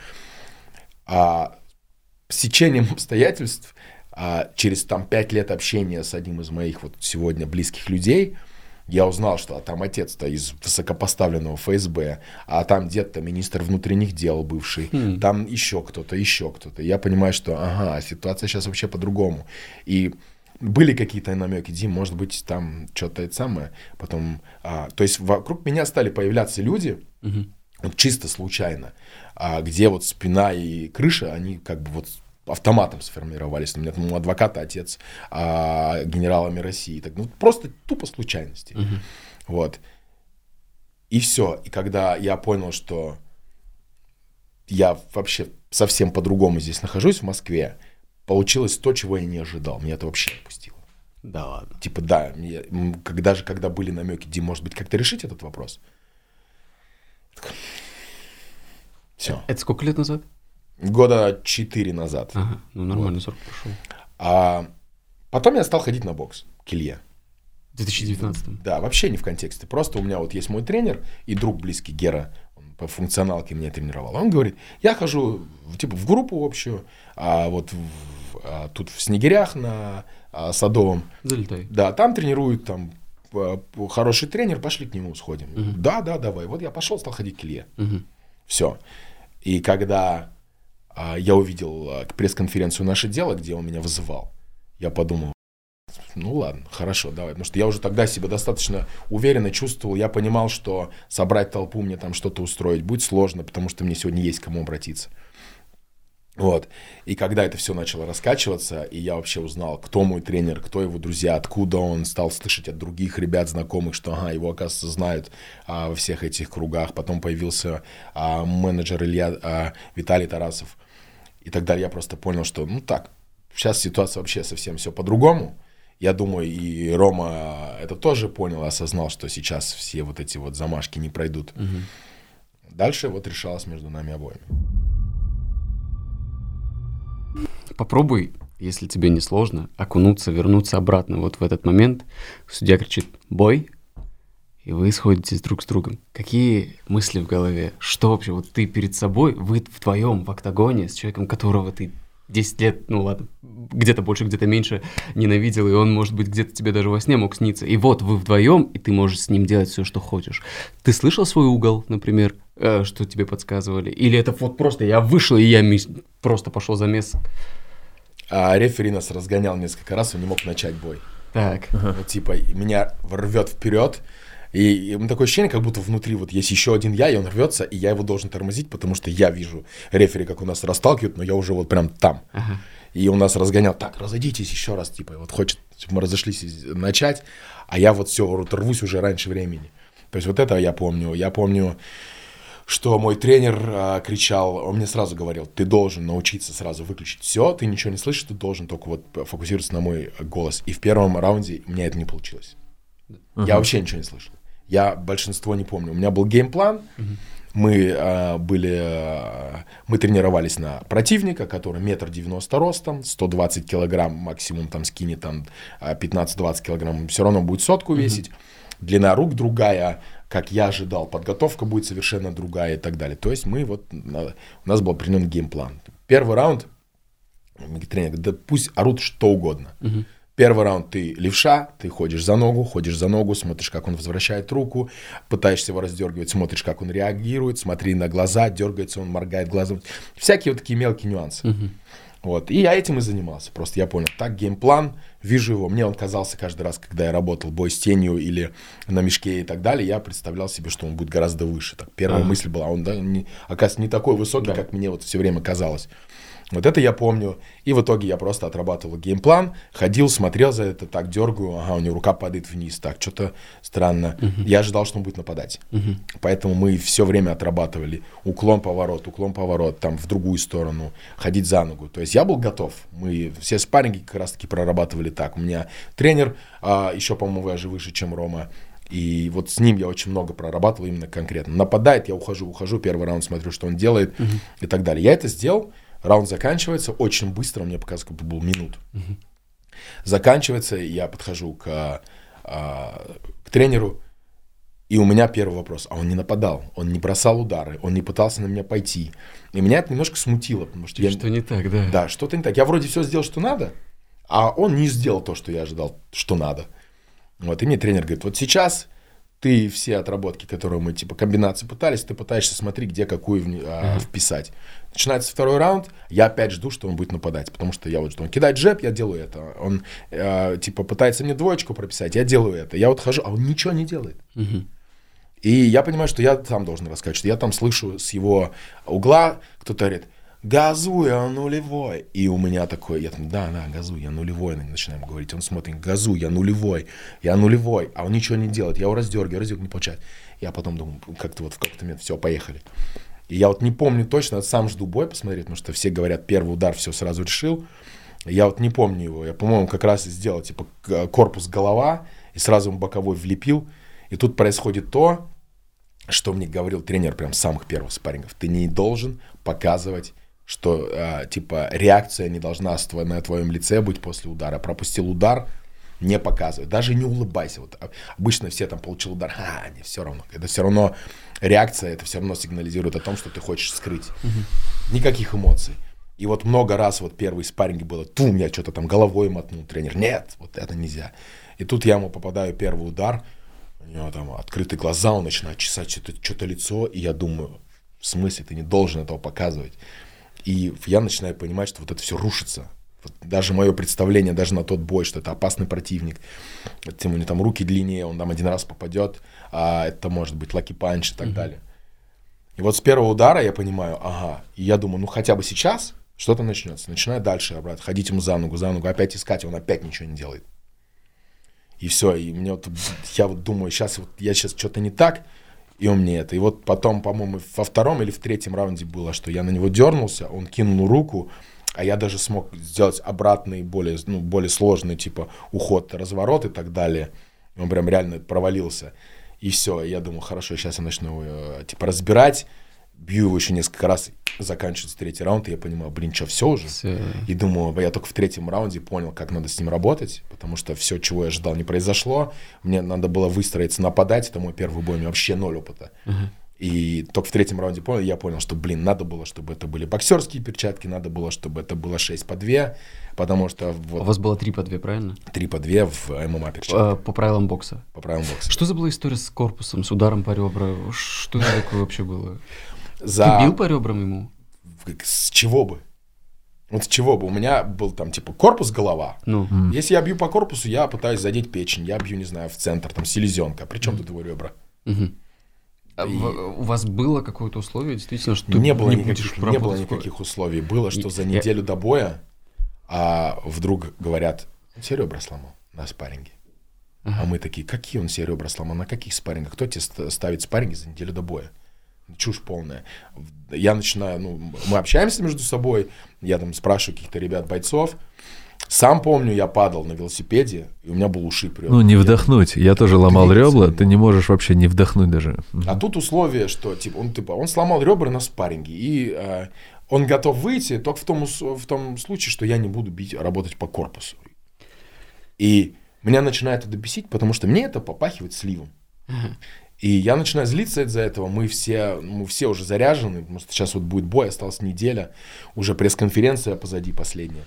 А с течением обстоятельств, а, через там пять лет общения с одним из моих вот сегодня близких людей, я узнал, что а там отец-то из высокопоставленного эф эс бэ, а там дед-то министр внутренних дел бывший, Хм. там еще кто-то, еще кто-то. Я понимаю, что ага, ситуация сейчас вообще по-другому. И были какие-то намеки, Дим, может быть, там что-то это самое. Потом, а, то есть вокруг меня стали появляться люди, Мгм. вот чисто случайно, а, где вот спина и крыша, они как бы вот автоматом сформировались. У меня там у адвоката отец а, генералами России. Так, ну, просто тупо случайности. Мгм. Вот. И все. И когда я понял, что я вообще совсем по-другому здесь нахожусь, в Москве, получилось то, чего я не ожидал. Меня это вообще не пустило. Да ладно. Типа, да, мне, м, когда же, когда были намеки, Дим, может быть, как-то решить этот вопрос? Все. Это сколько лет назад? Года четыре назад. Ага, ну нормально, срок прошел. А потом я стал ходить на бокс к Илье. В две тысячи девятнадцатом. Да, вообще не в контексте. Просто у меня вот есть мой тренер и друг близкий Гера, он по функционалке меня тренировал. Он говорит, я хожу в, типа в группу общую, а вот в- а тут в Снегирях на а, Садовом, Залетай. да, там тренируют там а, хороший тренер, пошли к нему сходим. Мгм. Да, да, давай. Вот я пошел, стал ходить к Илье. Мгм. Все. И когда а, я увидел а, пресс-конференцию «Наше дело», где он меня вызывал, я подумал, ну ладно, хорошо, давай. Потому что я уже тогда себя достаточно уверенно чувствовал, я понимал, что собрать толпу, мне там что-то устроить будет сложно, потому что мне сегодня есть к кому обратиться. Вот. И когда это все начало раскачиваться, и я вообще узнал, кто мой тренер, кто его друзья, откуда он, стал слышать от других ребят, знакомых, что ага, его, оказывается, знают а, во всех этих кругах. Потом появился а, менеджер Илья, а, Виталий Тарасов и так далее. Я просто понял, что ну так, сейчас ситуация вообще совсем все по-другому. Я думаю, и Рома это тоже понял, осознал, что сейчас все вот эти вот замашки не пройдут. Угу. Дальше вот решалось между нами обоими. Попробуй, если тебе не сложно, окунуться, вернуться обратно. Вот в этот момент судья кричит «бой», и вы сходитесь друг с другом. Какие мысли в голове? Что вообще? Вот ты перед собой, вы вдвоем в октагоне с человеком, которого ты десять лет, ну ладно, где-то больше, где-то меньше ненавидел, и он, может быть, где-то тебе даже во сне мог сниться. И вот вы вдвоем, и ты можешь с ним делать все, что хочешь. Ты слышал свой угол, например, э, что тебе подсказывали? Или это вот просто я вышел, и я мис... просто пошел замес? А рефери нас разгонял несколько раз, он не мог начать бой. Так. Uh-huh. Вот, типа, меня рвет вперед, и, и такое ощущение, как будто внутри вот есть еще один я, и он рвется, и я его должен тормозить, потому что я вижу рефери, как у нас расталкивают, но я уже вот прям там. Uh-huh. И он нас разгонял, так, разойдитесь еще раз, типа, вот хочет, чтобы мы разошлись начать, а я вот все, вот рвусь уже раньше времени. То есть вот это я помню, я помню... что мой тренер а, кричал, он мне сразу говорил, ты должен научиться сразу выключить все, ты ничего не слышишь, ты должен только вот фокусироваться на мой голос. И в первом раунде у меня это не получилось. Uh-huh. Я вообще ничего не слышал. Я большинство не помню. У меня был геймплан, uh-huh. мы а, были, а, мы тренировались на противника, который метр девяносто ростом, сто двадцать килограмм максимум там скинет, там пятнадцать-двадцать килограмм, все равно будет сотку uh-huh. весить. Длина рук другая, как я ожидал, подготовка будет совершенно другая и так далее. То есть мы вот, у нас был определенный геймплан. Первый раунд, тренер говорит, да пусть орут что угодно. Угу. Первый раунд ты левша, ты ходишь за ногу, ходишь за ногу, смотришь, как он возвращает руку, пытаешься его раздергивать, смотришь, как он реагирует, смотри на глаза, дергается он, моргает глазом. Всякие вот такие мелкие нюансы. Угу. Вот. И я этим и занимался. Просто я понял, так, геймплан, вижу его. Мне он казался каждый раз, когда я работал бой с тенью или на мешке и так далее, я представлял себе, что он будет гораздо выше. Так, первая ага. мысль была, он, да, не, оказывается, не такой высокий, да. как мне вот все время казалось. Вот это я помню. И в итоге я просто отрабатывал геймплан, ходил, смотрел за это, так, дергаю, ага, у него рука падает вниз, так, что-то странно. Uh-huh. Я ожидал, что он будет нападать. Uh-huh. Поэтому мы все время отрабатывали уклон, поворот, уклон, поворот, там, в другую сторону, ходить за ногу. То есть я был готов. Мы все спарринги как раз-таки прорабатывали так. У меня тренер, а, еще, по-моему, даже выше, чем Рома. И вот с ним я очень много прорабатывал именно конкретно. Нападает, я ухожу, ухожу, первый раунд смотрю, что он делает uh-huh. и так далее. Я это сделал. Раунд заканчивается очень быстро, мне показалось, как бы был минут. Uh-huh. Заканчивается, я подхожу к, а, к тренеру, и у меня первый вопрос. А он не нападал, он не бросал удары, он не пытался на меня пойти. И меня это немножко смутило, потому что... Я, что не так, да? Да, что-то не так. Я вроде все сделал, что надо, а он не сделал то, что я ожидал, что надо. Вот, и мне тренер говорит, вот сейчас... Ты все отработки, которые мы, типа, комбинации пытались, ты пытаешься смотреть, где какую а, uh-huh. вписать. Начинается второй раунд, я опять жду, что он будет нападать, потому что я вот жду. Он кидает джеб, я делаю это. Он, а, типа, пытается мне двоечку прописать, я делаю это. Я вот хожу, а он ничего не делает. Uh-huh. И я понимаю, что я сам должен рассказать, что я там слышу с его угла, кто-то говорит, газуй, я нулевой. И у меня такое, я там, да, да, газуй, я нулевой, начинаем говорить. Он смотрит, газуй, я нулевой, я нулевой. А он ничего не делает, я его раздергиваю, раздергиваю, не получает. Я потом думаю, как-то вот в какой-то момент, все, поехали. И я вот не помню точно, сам жду бой посмотреть, потому что все говорят, первый удар все сразу решил. Я вот не помню его, я, по-моему, как раз сделал, типа, корпус, голова, и сразу ему боковой влепил. И тут происходит то, что мне говорил тренер прям с самых первых спаррингов. Ты не должен показывать, что, э, типа, реакция не должна на твоем лице быть после удара. Пропустил удар, не показывай. Даже не улыбайся. Вот, обычно все там получил удар, а, не, все равно. Это все равно реакция, это все равно сигнализирует о том, что ты хочешь скрыть. Uh-huh. Никаких эмоций. И вот много раз вот первые спарринги было, тум, я что-то там головой мотнул, тренер, нет, вот это нельзя. И тут я ему попадаю первый удар, у него там открытые глаза, он начинает чесать что-то, что-то лицо, и я думаю, в смысле, ты не должен этого показывать. И я начинаю понимать, что вот это все рушится. Вот даже мое представление, даже на тот бой, что это опасный противник, тем у него там руки длиннее, он там один раз попадет, а это может быть лаки-панч и так mm-hmm. далее. И вот с первого удара я понимаю, ага, и я думаю, ну хотя бы сейчас что-то начнется. Начинаю дальше обратно, ходить ему за ногу, за ногу, опять искать, и он опять ничего не делает. И все, и мне вот, я вот думаю, сейчас вот я сейчас что-то не так, и он мне это. И вот потом, по-моему, во втором или в третьем раунде было, что я на него дернулся, он кинул руку, а я даже смог сделать обратный, более, ну, более сложный, типа, уход, разворот и так далее. Он прям реально провалился. И все, я думаю, хорошо, сейчас я начну, типа, разбирать. Бью его еще несколько раз, заканчивается третий раунд, и я понимаю, блин, что, все уже? Все. И думаю, я только в третьем раунде понял, как надо с ним работать, потому что все, чего я ожидал, не произошло. Мне надо было выстроиться, нападать, это мой первый бой, у меня вообще ноль опыта. Uh-huh. И только в третьем раунде понял, я понял, что, блин, надо было, чтобы это были боксерские перчатки, надо было, чтобы это было шесть по две, потому что... Вот, у вас было три по две, правильно? три по две в эм эм а перчатках. По правилам бокса? По правилам бокса. Что за была история с корпусом, с ударом по ребрам? Что это такое вообще было? За... Ты бил по ребрам ему? С чего бы? Вот с чего бы? У меня был там типа корпус, голова. Ну. Mm. Если я бью по корпусу, я пытаюсь задеть печень. Я бью, не знаю, в центр, там, селезенка. Причем mm. тут его ребра? Mm-hmm. А и... У вас было какое-то условие, действительно, что не ты было не никаких, будешь не было никаких условий. Было, что и... за неделю я... до боя а вдруг говорят, он все ребра сломал на спарринге. Uh-huh. А мы такие, какие он все ребра сломал? На каких спаррингах? Кто тебе ставит спарринги за неделю до боя? Чушь полная. Я начинаю, ну, мы общаемся между собой, я там спрашиваю каких-то ребят-бойцов. Сам помню, я падал на велосипеде, и у меня был ушиб ребра. Ну, не вдохнуть. Я тоже ломал ребра, ты не можешь вообще не вдохнуть даже. А тут условие, что типа он, типа, он сломал ребра на спарринге, и э, он готов выйти только в том, в том случае, что я не буду бить, работать по корпусу. И меня начинает это бесить, потому что мне это попахивает сливом. И я начинаю злиться из-за этого. Мы все, мы все уже заряжены, потому что сейчас вот будет бой, осталась неделя, уже пресс-конференция позади последняя.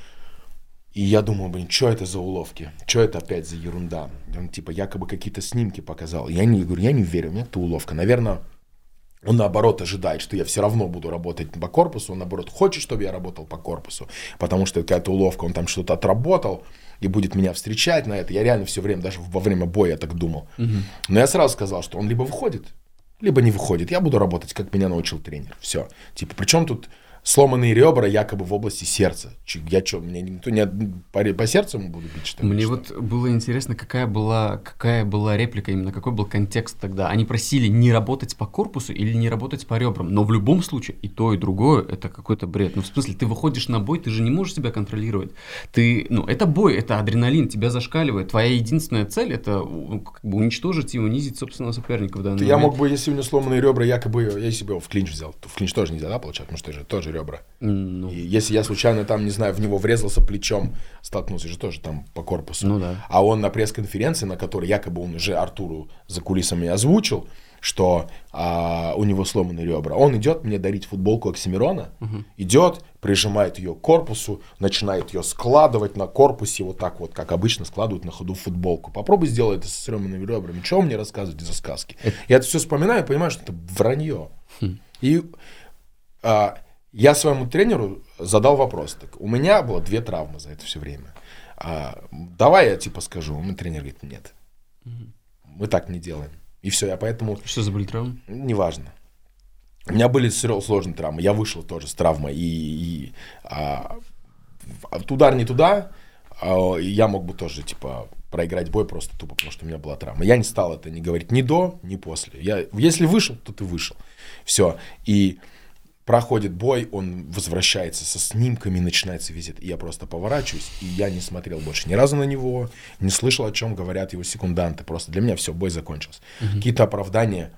И я думаю, блин, что это за уловки? Что это опять за ерунда? Он типа якобы какие-то снимки показал. Я не говорю, я не верю, у меня это уловка. Наверное, он наоборот ожидает, что я все равно буду работать по корпусу. Он наоборот хочет, чтобы я работал по корпусу, потому что это какая-то уловка, он там что-то отработал и будет меня встречать на это. Я реально все время, даже во время боя я так думал. Угу. Но я сразу сказал, что он либо выходит, либо не выходит. Я буду работать, как меня научил тренер. Все. Типа, причем тут сломанные ребра якобы в области сердца. Я что, мне никто не по, по сердцу буду бить, что ли? Мне что? Вот было интересно, какая была, какая была реплика, именно какой был контекст тогда. Они просили не работать по корпусу или не работать по ребрам, но в любом случае и то, и другое это какой-то бред. Ну, в смысле, ты выходишь на бой, ты же не можешь себя контролировать. Ты, ну, это бой, это адреналин, тебя зашкаливает. Твоя единственная цель — это как бы уничтожить и унизить собственного соперника в данный момент. Я мог бы, если у него сломанные ребра, якобы, если бы его в клинч взял, то в клинч тоже нельзя, да, получать, потому что это же тоже ребра. Ну. И если я случайно там, не знаю, в него врезался плечом, столкнулся же тоже там по корпусу. Ну, да. А он на пресс-конференции, на которой якобы он уже Артуру за кулисами озвучил, что а, у него сломаны ребра. Он идет мне дарить футболку Оксимирона, угу. идет, прижимает ее к корпусу, начинает ее складывать на корпусе, вот так вот, как обычно складывают на ходу футболку. Попробуй сделай это со сломанными ребрами. Чего мне рассказывать за сказки? Это... Я это все вспоминаю и понимаю, что это вранье. Хм. И... А, я своему тренеру задал вопрос. Так, у меня было две травмы за это все время. А, давай я типа скажу. Мой тренер говорит, нет. Угу. Мы так не делаем. И все, я поэтому... Что за были травмы? Неважно. У меня были сложные травмы. Я вышел тоже с травмой. И, и а, удар не туда. А, я мог бы тоже типа проиграть бой просто тупо, потому что у меня была травма. Я не стал это не говорить ни до, ни после. Я, если вышел, то ты вышел. Все. И... Проходит бой, он возвращается со снимками, начинается визит. И я просто поворачиваюсь, и я не смотрел больше ни разу на него, не слышал, о чем говорят его секунданты. Просто для меня все, бой закончился. Uh-huh. Какие-то оправдания.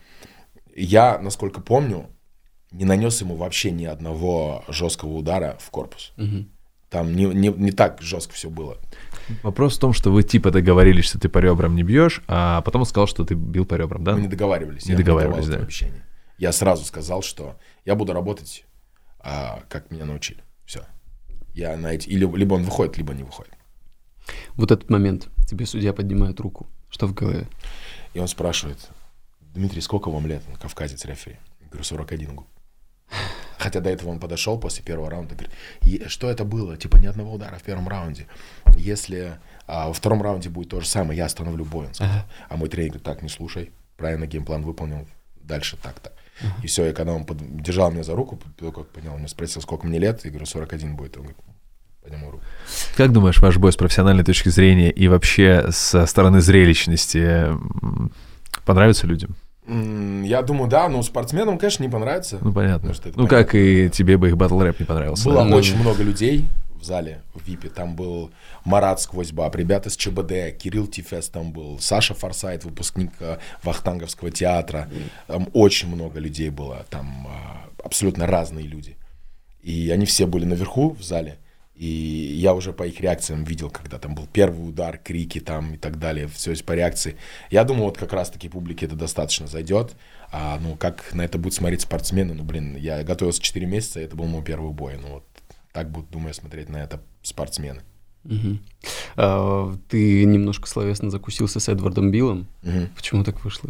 Я, насколько помню, не нанес ему вообще ни одного жесткого удара в корпус. Uh-huh. Там не, не, не так жестко все было. Вопрос в том, что вы типа договорились, что ты по ребрам не бьешь, а потом сказал, что ты бил по ребрам, да? Мы не договаривались. Не я договаривались, да. Обещание. Я сразу сказал, что я буду работать, а, как меня научили. Все. Я на эти... Или, либо он выходит, либо не выходит. Вот этот момент. Тебе судья поднимает руку. Что в голове? И он спрашивает, Дмитрий, сколько вам лет? Он кавказец, рефери. Я говорю, сорок один год. Хотя до этого он подошел после первого раунда и говорит, что это было? Типа ни одного удара в первом раунде. Если а, во втором раунде будет то же самое, я остановлю бой. Он сказал. Ага. А мой тренер говорит, так, не слушай, правильно геймплан выполнил, дальше так-то. Ага. И все, и когда он под... держал меня за руку, как понял, он меня спросил, сколько мне лет, я говорю, сорок один будет. Он говорит, подниму руку. Как думаешь, ваш бой с профессиональной точки зрения и вообще со стороны зрелищности понравится людям? Я думаю, да, но спортсменам, конечно, не понравится. Ну, понятно. Ну, понятно. Как и тебе бы их батл-рэп не понравился. Было да? очень много людей в зале, в ВИПе. Там был Марат Сквозь Баб, ребята с ЧБД, Кирилл Тифес там был, Саша Форсайт, выпускник Вахтанговского театра. Там очень много людей было, там абсолютно разные люди. И они все были наверху в зале. И я уже по их реакциям видел, когда там был первый удар, крики там и так далее, все по реакции. Я думаю, вот как раз-таки публике это достаточно зайдет. А, ну, как на это будут смотреть спортсмены, ну, блин, я готовился четыре месяца, это был мой первый бой. Ну, вот так будут, думаю, смотреть на это спортсмены. Угу. А, ты немножко словесно закусился с Эдвардом Биллом. Угу. Почему так вышло?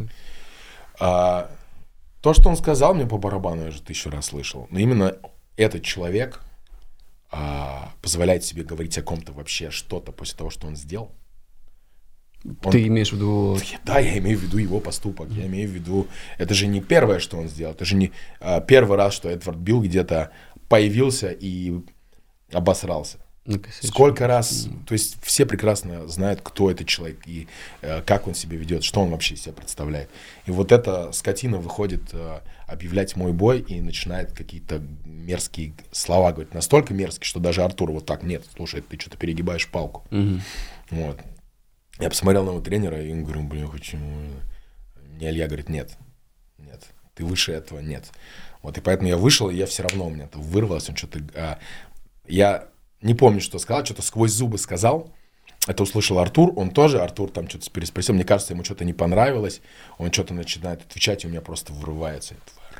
А, то, что он сказал, мне по барабану, я же тысячу раз слышал. Но именно этот человек... А, позволяет себе говорить о ком-то вообще что-то после того, что он сделал. Он... Ты имеешь в виду... Да, я имею в виду его поступок. Я имею в виду... Это же не первое, что он сделал. Это же не а, первый раз, что Эдвард Билл где-то появился и обосрался. Сколько раз... Mm. То есть все прекрасно знают, кто этот человек и э, как он себя ведет, что он вообще из себя представляет. И вот эта скотина выходит э, объявлять мой бой и начинает какие-то мерзкие слова говорить. Настолько мерзкие, что даже Артур вот так, нет, слушай, ты что-то перегибаешь палку. Mm-hmm. Вот. Я посмотрел на его тренера и говорю, блин, почему... Мне Илья говорит, нет, нет, ты выше этого, нет. Вот, и поэтому я вышел, и я все равно, у меня это вырвалось, он что-то... А, я... Не помню, что сказал, что-то сквозь зубы сказал. Это услышал Артур, он тоже, Артур там что-то переспросил. Мне кажется, ему что-то не понравилось. Он что-то начинает отвечать, и у меня просто вырывается.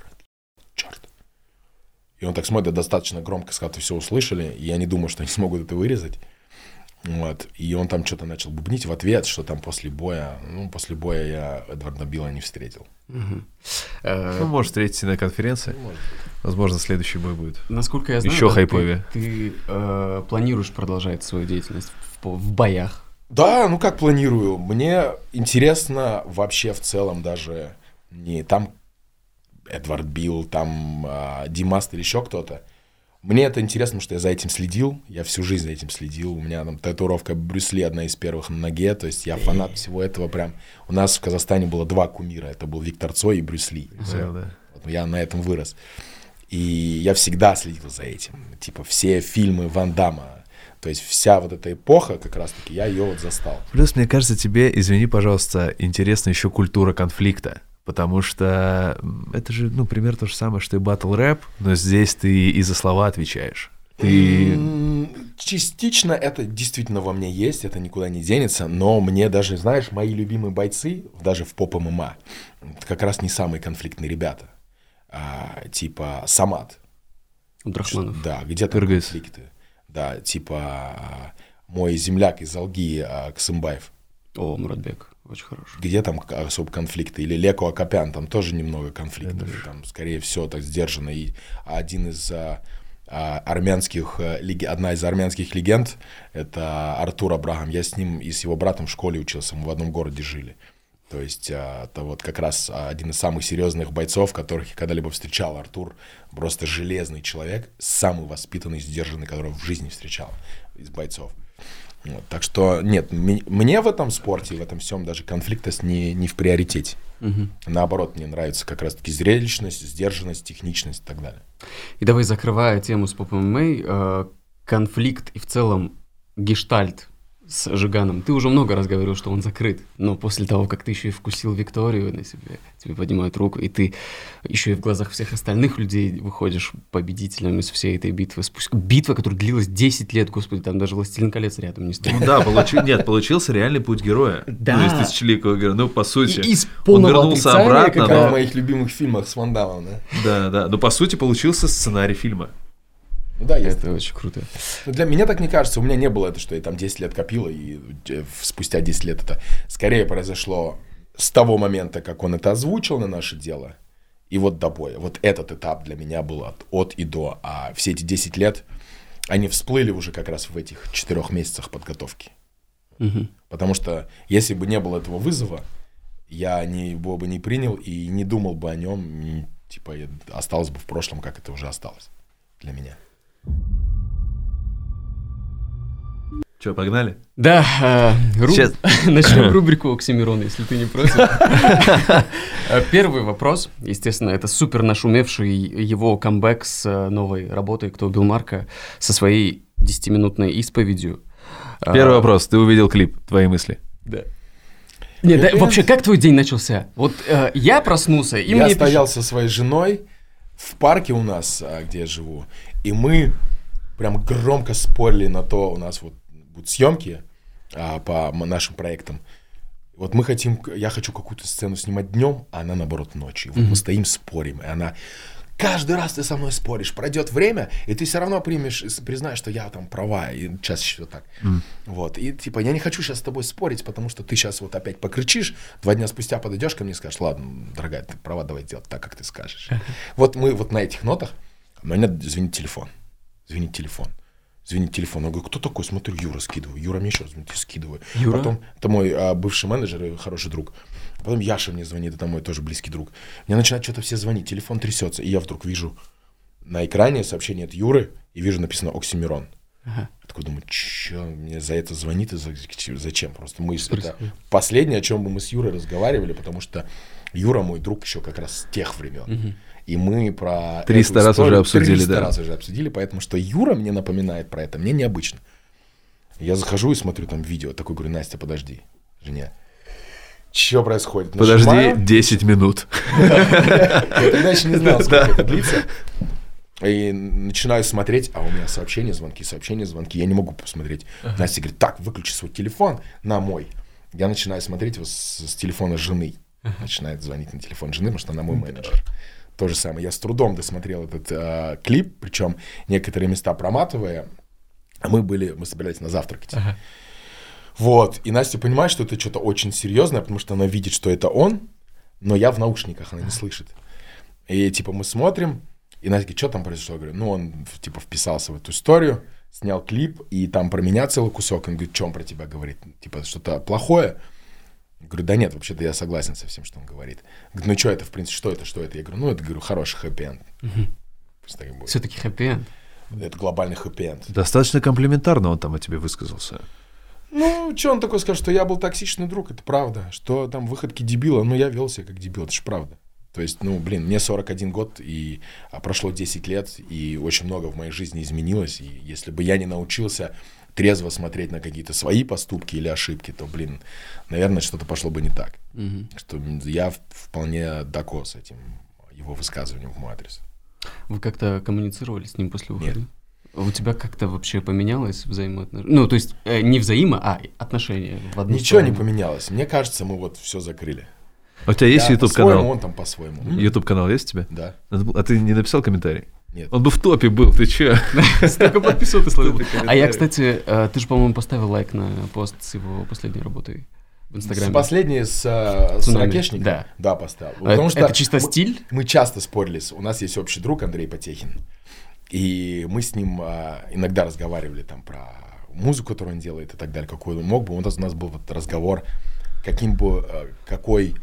Черт. И он так смотрит, достаточно громко сказал, все услышали. И я не думаю, что они смогут это вырезать. Вот. И он там что-то начал бубнить в ответ, что там после боя... Ну, после боя я Эдварда Билла не встретил. Угу. Ну, может, встретиться на конференции. Может. Возможно, следующий бой будет. Насколько я знаю, еще да, хайповее. Ты, ты э, планируешь продолжать свою деятельность в, в боях? Да, ну как планирую. Мне интересно вообще в целом даже не там Эдвард Билл, там э, Димаст или еще кто-то. Мне это интересно, потому что я за этим следил, я всю жизнь за этим следил. У меня там татуировка Брюс Ли одна из первых на ноге, то есть я фанат всего этого прям. У нас в Казахстане было два кумира, это был Виктор Цой и Брюс Ли. Yeah, да. Вот я на этом вырос. И я всегда следил за этим. Типа все фильмы Ван Дамма, то есть вся вот эта эпоха, как раз-таки, я ее вот застал. Плюс, мне кажется, тебе, извини, пожалуйста, интересна еще культура конфликта. Потому что это же, ну, пример то же самое, что и батл-рэп, но здесь ты и за слова отвечаешь. Ты... Частично это действительно во мне есть, это никуда не денется, но мне даже, знаешь, мои любимые бойцы, даже в поп-ММА, это как раз не самые конфликтные ребята. А, типа Самат. Абдрахманов. Да, где-то конфликты. Да, типа мой земляк из Алги, Касымбаев. О, Муратбек. Очень хороший. Где там особо конфликты? Или Леко Акопян, там тоже немного конфликтов. Там, скорее всего, так сдержанно. И один из а, а, армянских, одна из армянских легенд, это Артур Абрахам. Я с ним и с его братом в школе учился, мы в одном городе жили. То есть это вот как раз один из самых серьезных бойцов, которых я когда-либо встречал. Артур просто железный человек, самый воспитанный, сдержанный, которого в жизни встречал из бойцов. Вот, так что нет, мне в этом спорте, в этом всем даже конфликтность не, не в приоритете. Угу. Наоборот, мне нравится как раз-таки зрелищность, сдержанность, техничность и так далее. И давай, закрывая тему с поп-ММА, конфликт и в целом гештальт с Жиганом. Ты уже много раз говорил, что он закрыт, но после того, как ты еще и вкусил Викторию на себе, тебе поднимают руку, и ты еще и в глазах всех остальных людей выходишь победителем из всей этой битвы. Битва, которая длилась десять лет, господи, там даже «Властелин колец» рядом не стоит. Ну да, получи... нет, получился реальный путь героя. Да. Ну, из тысячеликого героя. Ну, по сути, и из он вернулся обратно. Как но... в моих любимых фильмах с Ван Даммом, да? Да, да, но по сути получился сценарий фильма. Ну да, есть. Это очень круто. Для меня так не кажется. У меня не было это, что я там десять лет копила, и спустя десять лет это скорее произошло с того момента, как он это озвучил на наше дело, и вот до боя. Вот этот этап для меня был от, от и до. А все эти десять лет, они всплыли уже как раз в этих четырех месяцах подготовки. Угу. Потому что если бы не было этого вызова, я не, его бы не принял и не думал бы о нем, и, типа, осталось бы в прошлом, как это уже осталось для меня. Че, погнали? Да, э, руб... Сейчас. начнем рубрику Оксимирона, если ты не против. Первый вопрос, естественно, это супер нашумевший его камбэк с новой работой «Кто убил Марка», со своей десятиминутной исповедью. Первый вопрос. Ты увидел клип, твои мысли? Да. Нет, да, вообще, как твой день начался? Вот э, я проснулся, и я мне... стоял со своей женой в парке у нас, где я живу, и мы прям громко спорили на то, у нас вот будут съемки а, по нашим проектам. Вот мы хотим, я хочу какую-то сцену снимать днем, а она, наоборот, ночью. Вот mm-hmm. мы стоим, спорим, и она... Каждый раз ты со мной споришь, пройдет время, и ты все равно примешь, признаешь, что я там права, и чаще всего так. Mm. Вот, и типа, я не хочу сейчас с тобой спорить, потому что ты сейчас вот опять покричишь, два дня спустя подойдешь ко мне и скажешь, ладно, дорогая, ты права, давай делать так, как ты скажешь. Вот мы вот на этих нотах, у меня звонит телефон, звонит телефон. Звонит телефон, я говорю, кто такой? Смотрю, Юра скидываю. Юра мне еще звонит, я скидываю. Юра? Потом, это мой а, бывший менеджер и хороший друг. Потом Яша мне звонит, это мой тоже близкий друг. Мне начинают что-то все звонить, телефон трясется. И я вдруг вижу на экране сообщение от Юры, и вижу написано «Оксимирон». Ага. Я такой думаю, что мне за это звонит и за, зачем? Просто мы... Это последнее, о чем бы мы с Юрой разговаривали, потому что Юра мой друг еще как раз с тех времен. Угу. И мы про триста раз уже обсудили, триста да. раз уже обсудили, поэтому что Юра мне напоминает про это, мне необычно. Я захожу и смотрю там видео, такой говорю, Настя, подожди, жене. Что происходит? Подожди, Нажимаю. десять минут. Я тогда еще не знал, сколько это длится. И начинаю смотреть, а у меня сообщения, звонки, сообщения, звонки. Я не могу посмотреть. Настя говорит, так, выключи свой телефон на мой. Я начинаю смотреть его с, с телефона жены. Начинает звонить на телефон жены, потому что она мой менеджер. То же самое. Я с трудом досмотрел этот э, клип, причем некоторые места проматывая. А мы были, мы собирались на завтракать. Ага. Вот. И Настя понимает, что это что-то очень серьезное, потому что она видит, что это он, но я в наушниках, она не слышит. И типа мы смотрим, и Настя говорит, что там произошло? Я говорю, ну он типа вписался в эту историю, снял клип, и там про меня целый кусок. Он говорит, что он про тебя говорит? Типа что-то плохое? Я говорю, да нет, вообще-то я согласен со всем, что он говорит. Говорит, ну что это, в принципе, что это, что это? Я говорю, ну это, говорю, хороший хэппи-энд. Угу. Все-таки хэппи-энд. Это глобальный хэппи-энд. Достаточно комплиментарно он там о тебе высказался. Ну, что он такой скажет, что я был токсичный друг, это правда. Что там выходки дебила, ну я вел себя как дебил, это же правда. То есть, ну, блин, мне сорок один год, и а прошло десять лет, и очень много в моей жизни изменилось. И если бы я не научился трезво смотреть на какие-то свои поступки или ошибки, то, блин, наверное, что-то пошло бы не так. Mm-hmm. Что я вполне доко с этим его высказыванием в мой адрес. Вы как-то коммуницировали с ним после выхода? Нет. У тебя как-то вообще поменялось взаимоотношения? Ну, то есть, э, не взаимо, а отношения в одну Ничего сторону. не поменялось. Мне кажется, мы вот все закрыли. А у тебя есть я YouTube-канал? по-своему, он там по-своему. YouTube-канал есть у тебя? Да. А ты не написал комментарий? Нет. Он бы в топе был, ты че? Столько подписок ты словил. А я, кстати, ты же, по-моему, поставил лайк на пост с его последней работой в Инстаграме. Последний с, с Ракешником? Да. Да, поставил. А Потому это, что это чисто мы, стиль? Мы часто спорили. У нас есть общий друг Андрей Потехин. И мы с ним а, иногда разговаривали там про музыку, которую он делает и так далее, какой он мог бы. У нас, у нас был вот разговор, каким бы, а, какой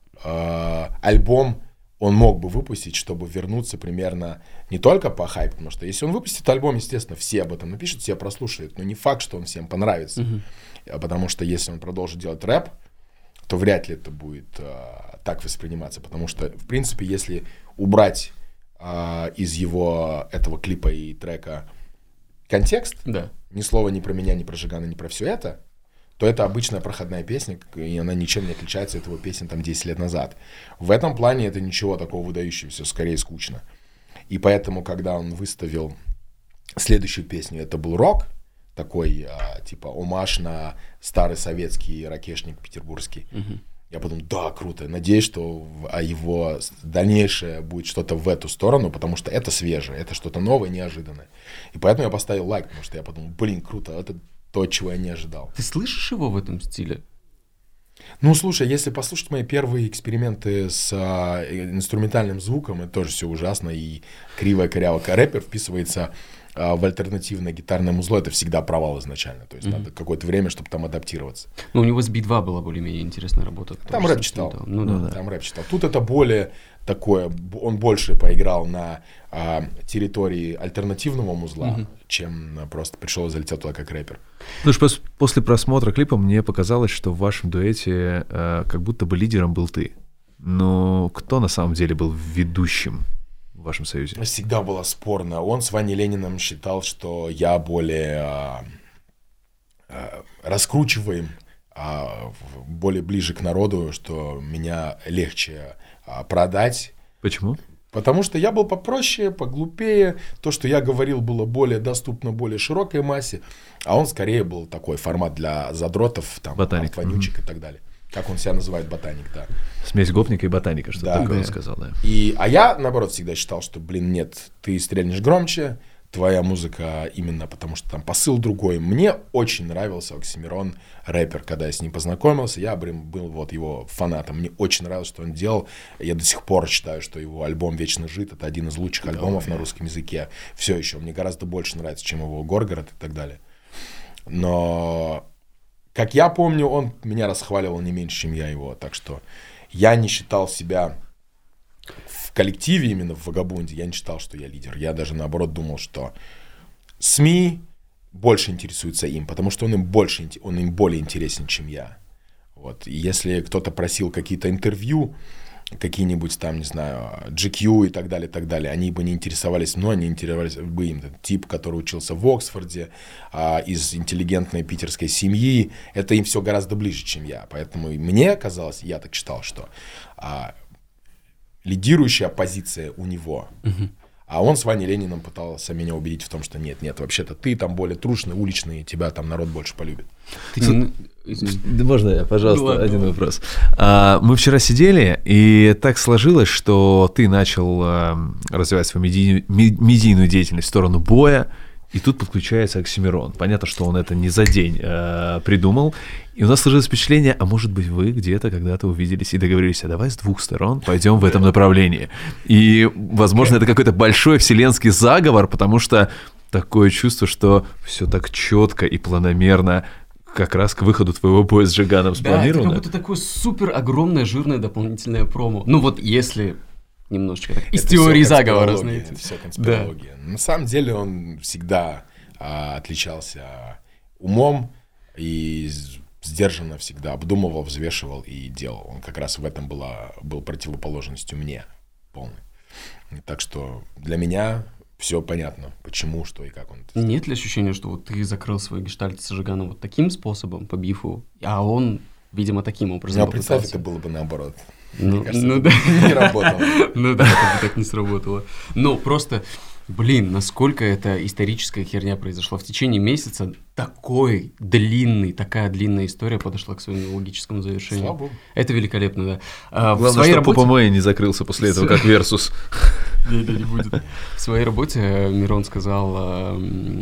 а, альбом он мог бы выпустить, чтобы вернуться примерно не только по хайпу, потому что если он выпустит альбом, естественно, все об этом напишут, все прослушают, но не факт, что он всем понравится. Uh-huh. Потому что если он продолжит делать рэп, то вряд ли это будет а, так восприниматься, потому что, в принципе, если убрать а, из его этого клипа и трека контекст, да. ни слова ни про меня, ни про Жигана, ни про все это, то это обычная проходная песня, и она ничем не отличается от его песен там десять лет назад. В этом плане это ничего такого выдающегося, скорее скучно. И поэтому, когда он выставил следующую песню, это был рок, такой а, типа омаж на старый советский ракешник петербургский. Угу. Я подумал, да, круто, надеюсь, что а его дальнейшее будет что-то в эту сторону, потому что это свежее, это что-то новое, неожиданное. И поэтому я поставил лайк, потому что я подумал, блин, круто, это то, чего я не ожидал. Ты слышишь его в этом стиле? Ну, слушай, если послушать мои первые эксперименты с а, инструментальным звуком, это тоже все ужасно, и кривая корява. Рэпер вписывается а, в альтернативное гитарное музло, это всегда провал изначально, то есть mm-hmm. надо какое-то время, чтобы там адаптироваться. Ну, у него с би два была более-менее интересная работа. Там рэп читал. Ну, да. Там рэп читал. Тут это более такое, он больше поиграл на а, территории альтернативного музла, mm-hmm. чем просто пришел и залетел туда как рэпер. Ну, что после просмотра клипа мне показалось, что в вашем дуэте э, как будто бы лидером был ты. Но кто на самом деле был ведущим в вашем союзе? Всегда было спорно. Он с Ваней Лениным считал, что я более а, а, раскручиваем, а, более ближе к народу, что меня легче а, продать. Почему? Потому что я был попроще, поглупее. То, что я говорил, было более доступно более широкой массе. А он скорее был такой формат для задротов, там, ботаник. вонючек Mm-hmm. и так далее. Как он себя называет, ботаник, да. Смесь гопника и ботаника, что да, такое да. он сказал, да. И, а я, наоборот, всегда считал, что, блин, нет, ты стрельнешь громче, твоя музыка именно потому, что там посыл другой. Мне очень нравился Оксимирон, рэпер, когда я с ним познакомился, я был вот его фанатом. Мне очень нравилось, что он делал. Я до сих пор считаю, что его альбом «Вечно жит» — это один из лучших альбомов oh, yeah. на русском языке. Все еще. Мне гораздо больше нравится, чем его «Горгород» и так далее. Но, как я помню, он меня расхваливал не меньше, чем я его. Так что я не считал себя... В коллективе, именно в «Вагабунде», я не считал, что я лидер. Я даже, наоборот, думал, что СМИ больше интересуются им, потому что он им, больше, он им более интересен, чем я. Вот. И если кто-то просил какие-то интервью, какие-нибудь там, не знаю, джи кью и так далее, и так далее, они бы не интересовались мной, они интересовались бы им. Этот тип, который учился в Оксфорде, а, из интеллигентной питерской семьи, это им все гораздо ближе, чем я. Поэтому мне казалось, я так считал, что... А, лидирующая позиция у него. Uh-huh. А он с Ваней Лениным пытался меня убедить в том, что нет, нет, вообще-то ты там более трушный, уличный, тебя там народ больше полюбит. Ты... Можно я, пожалуйста, ну, один вопрос? А, мы вчера сидели, и так сложилось, что ты начал а, развивать свою медийную, медийную деятельность в сторону боя, и тут подключается Оксимирон. Понятно, что он это не за день э, придумал. И у нас сложилось впечатление, а может быть, вы где-то когда-то увиделись и договорились, а давай с двух сторон пойдем в этом направлении. И, возможно, это какой-то большой вселенский заговор, потому что такое чувство, что все так четко и планомерно как раз к выходу твоего боя с Жиганом спланировано. Да, это как будто такое супер огромное жирное дополнительное промо. Ну вот если... Немножечко так. Из теории заговора, знаете. Это все конспирология. Да. На самом деле он всегда а, отличался умом и сдержанно всегда обдумывал, взвешивал и делал. Он как раз в этом была, был противоположностью мне полной. Так что для меня все понятно, почему, что и как он это сделал. Нет ли ощущения, что вот ты закрыл свой гештальт с Жиганом вот таким способом, по бифу, а он, видимо, таким образом Ну, а представь, это было бы наоборот. Ну, Мне кажется, ну это да. не работало. Ну да, это бы так не сработало. Но просто, блин, насколько эта историческая херня произошла. В течение месяца такой длинный, такая длинная история подошла к своему логическому завершению. Слава богу. Это великолепно, да. А, Главное, в своей что работе... Попа Мэй не закрылся после этого, как Версус. Нет, не будет. В своей работе Мирон сказал,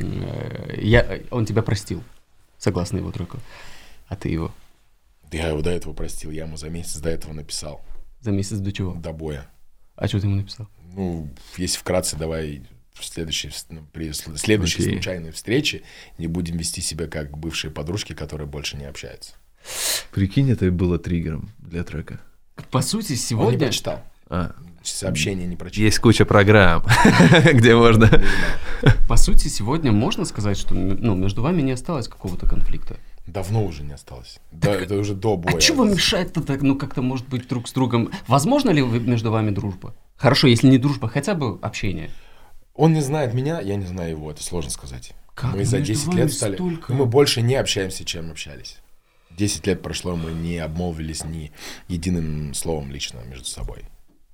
я... он тебя простил, согласно его треку, а ты его. Я его до этого простил, я ему за месяц до этого написал. За месяц до чего? До боя. А что ты ему написал? Ну, если вкратце, давай в следующей, при следующей Окей. случайной встрече не будем вести себя как бывшие подружки, которые больше не общаются. Прикинь, это и было триггером для трека. По сути, Он не сегодня... прочитал. А, Сообщение не прочитал. есть куча программ, где можно... По сути, сегодня можно сказать, что ну, между вами не осталось какого-то конфликта. Давно уже не осталось. Да, это уже до боя. А что вам мешает-то так, ну, как-то, может быть, друг с другом? Возможно ли вы- между вами дружба? Хорошо, если не дружба, хотя бы общение. Он не знает меня, я не знаю его, это сложно сказать. Как? Мы за Между десять вами лет стали... столько- Ну, мы больше не общаемся, чем общались. десять лет прошло, мы не обмолвились ни единым словом лично между собой.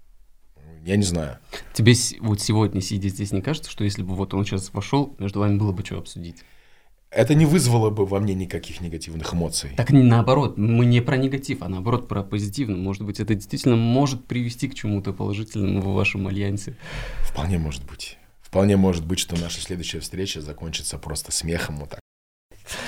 Я не знаю. Тебе с- вот сегодня, сидя здесь, не кажется, что если бы вот он сейчас вошел, между вами было бы что обсудить? Это не вызвало бы во мне никаких негативных эмоций. Так не наоборот, мы не про негатив, а наоборот про позитивно. Может быть, это действительно может привести к чему-то положительному в вашем альянсе. Вполне может быть. Вполне может быть, что наша следующая встреча закончится просто смехом вот так.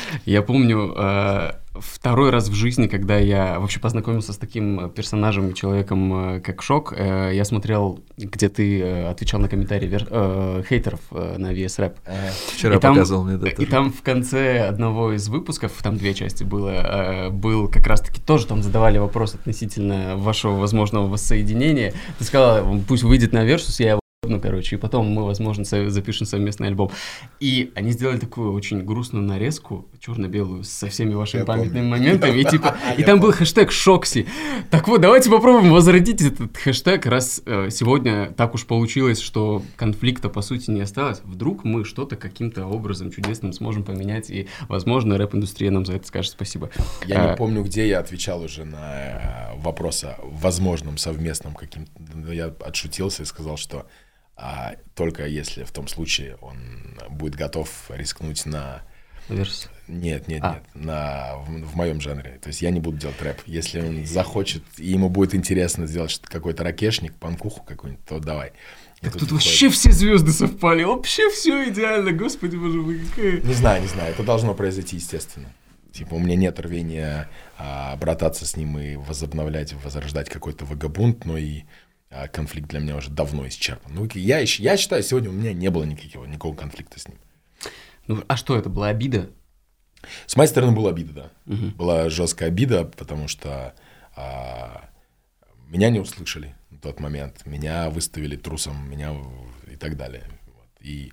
Я помню э, второй раз в жизни, когда я вообще познакомился с таким персонажем и человеком, э, как Шок, э, я смотрел, где ты э, отвечал на комментарии вер... э, хейтеров э, на ви эс Rap. Ага. Вчера и там, показывал мне это. И там в конце одного из выпусков, там две части было, э, был как раз-таки тоже там задавали вопрос относительно вашего возможного воссоединения. Ты сказал, пусть выйдет на Versus, я его ну, короче, и потом мы, возможно, запишем совместный альбом. И они сделали такую очень грустную нарезку, черно-белую, со всеми вашими я памятными помню. моментами, и, типа, и там был хэштег «Шокси». Так вот, давайте попробуем возродить этот хэштег, раз э, сегодня так уж получилось, что конфликта, по сути, не осталось. Вдруг мы что-то каким-то образом чудесным сможем поменять, и, возможно, рэп-индустрия нам за это скажет спасибо. Я а, не помню, где я отвечал уже на вопрос о возможном совместном каким-то... Я отшутился и сказал, что а только если в том случае он будет готов рискнуть на... Верс. Нет, нет, а. нет, на... в, в моем жанре. То есть я не буду делать рэп. Если он захочет, и ему будет интересно сделать какой-то ракешник, панкуху какую-нибудь, то давай. Так тут, тут вообще все звезды совпали, вообще все идеально, господи боже мой, какая... Не знаю, не знаю, это должно произойти естественно. Типа у меня нет рвения а, брататься с ним и возобновлять, возрождать какой-то вагабунт, но и... конфликт для меня уже давно исчерпан. Ну, я, я считаю, сегодня у меня не было никакого, никакого конфликта с ним. Ну, а что это, была обида? С моей стороны была обида, да. Угу. Была жесткая обида, потому что а, меня не услышали в тот момент. Меня выставили трусом, меня и так далее. Вот. И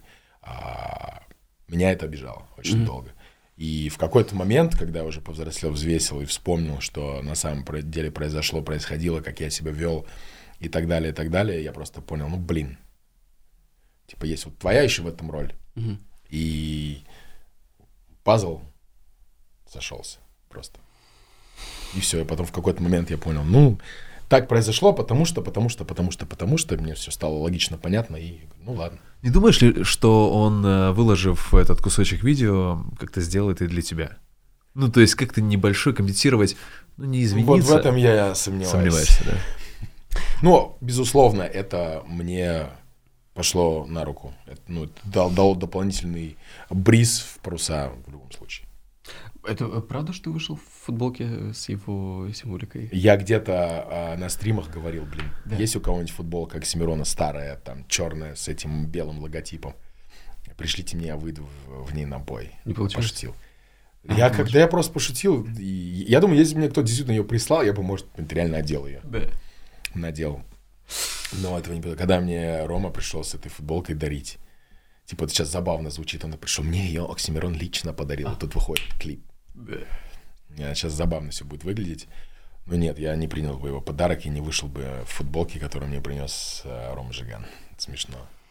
а, меня это обижало очень угу. долго. И в какой-то момент, когда я уже повзрослел, взвесил и вспомнил, что на самом деле произошло, происходило, как я себя вел, и так далее, и так далее, я просто понял, ну, блин, типа, есть вот твоя еще в этом роль, uh-huh. и пазл сошелся просто. И все, и потом в какой-то момент я понял, ну, так произошло, потому что, потому что, потому что, потому что, мне все стало логично, понятно, и ну, ладно. Не думаешь ли, что он, выложив этот кусочек видео, как-то сделает и для тебя? Ну, то есть как-то небольшой компенсировать, ну, не извиниться. Вот в этом я сомневаюсь. Сомневаешься, да? Ну, безусловно, это мне пошло на руку. Это, ну, это дал, дал дополнительный бриз в паруса в любом случае. Это правда, что ты вышел в футболке с его символикой? Я где-то а, на стримах говорил, блин, да. Есть у кого-нибудь футболка Оксимирона старая, там, черная, с этим белым логотипом? Пришлите мне, я выйду в, в ней на бой. Не получилось? Пошутил. А, я, когда может. я просто пошутил, и, я думаю, если бы мне кто-то действительно ее прислал, я бы, может, реально одел ее. Да. Надел. Но этого не было. Когда мне Рома пришел с этой футболкой дарить, типа, это сейчас забавно звучит, он пришел, мне ее Оксимирон лично подарил. А. Вот тут выходит клип. Да. Сейчас забавно все будет выглядеть. Но нет, я не принял бы его подарок и не вышел бы в футболке, которую мне принес э, Рома Жиган. Это смешно.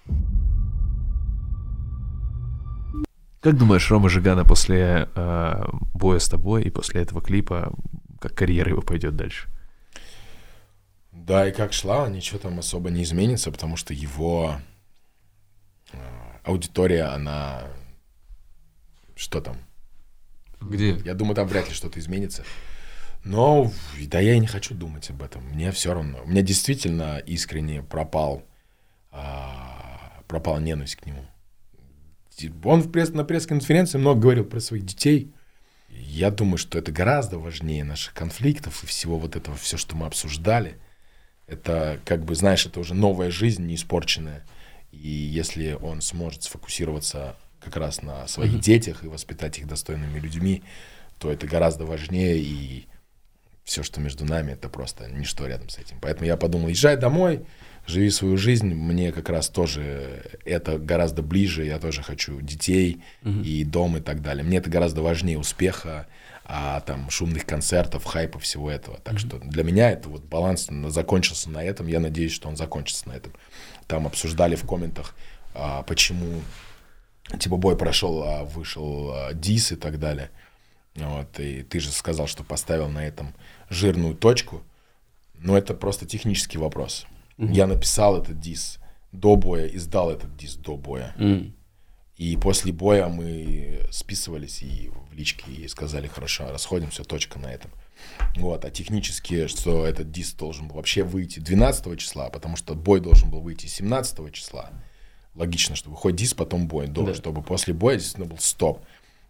Как думаешь, Рома Жигана после э, боя с тобой и после этого клипа, как карьера его пойдет дальше? Да, и как шла, ничего там особо не изменится, потому что его э, аудитория, она... Что там? Где? Я думаю, там вряд ли что-то изменится. Но, да, я и не хочу думать об этом. Мне все равно. У меня действительно искренне пропал, а, пропала ненависть к нему. Он в пресс, на пресс-конференции много говорил про своих детей. Я думаю, что это гораздо важнее наших конфликтов и всего вот этого, все, что мы обсуждали. Это, как бы, знаешь, это уже новая жизнь, не испорченная. И если он сможет сфокусироваться как раз на своих mm-hmm. детях и воспитать их достойными людьми, то это гораздо важнее, и все, что между нами, это просто ничто рядом с этим. Поэтому я подумал, езжай домой, живи свою жизнь, мне как раз тоже это гораздо ближе, я тоже хочу детей mm-hmm. и дом и так далее. Мне это гораздо важнее успеха, а там шумных концертов, хайпа, всего этого. Так mm-hmm. что для меня это вот баланс закончился на этом, я надеюсь, что он закончится на этом. Там обсуждали в комментах, а, почему типа бой прошел, а вышел а, дис и так далее. Вот, и ты же сказал, что поставил на этом жирную точку. Но это просто технический вопрос. Mm-hmm. Я написал этот дис до боя и сдал этот дис до боя. Mm-hmm. И после боя мы списывались и в личке и сказали, хорошо, расходимся, точка на этом. Вот, а технически, что этот дис должен был вообще выйти двенадцатого числа, потому что бой должен был выйти семнадцатого числа. Логично, чтобы хоть дис, потом бой, до, да. чтобы после боя действительно был стоп.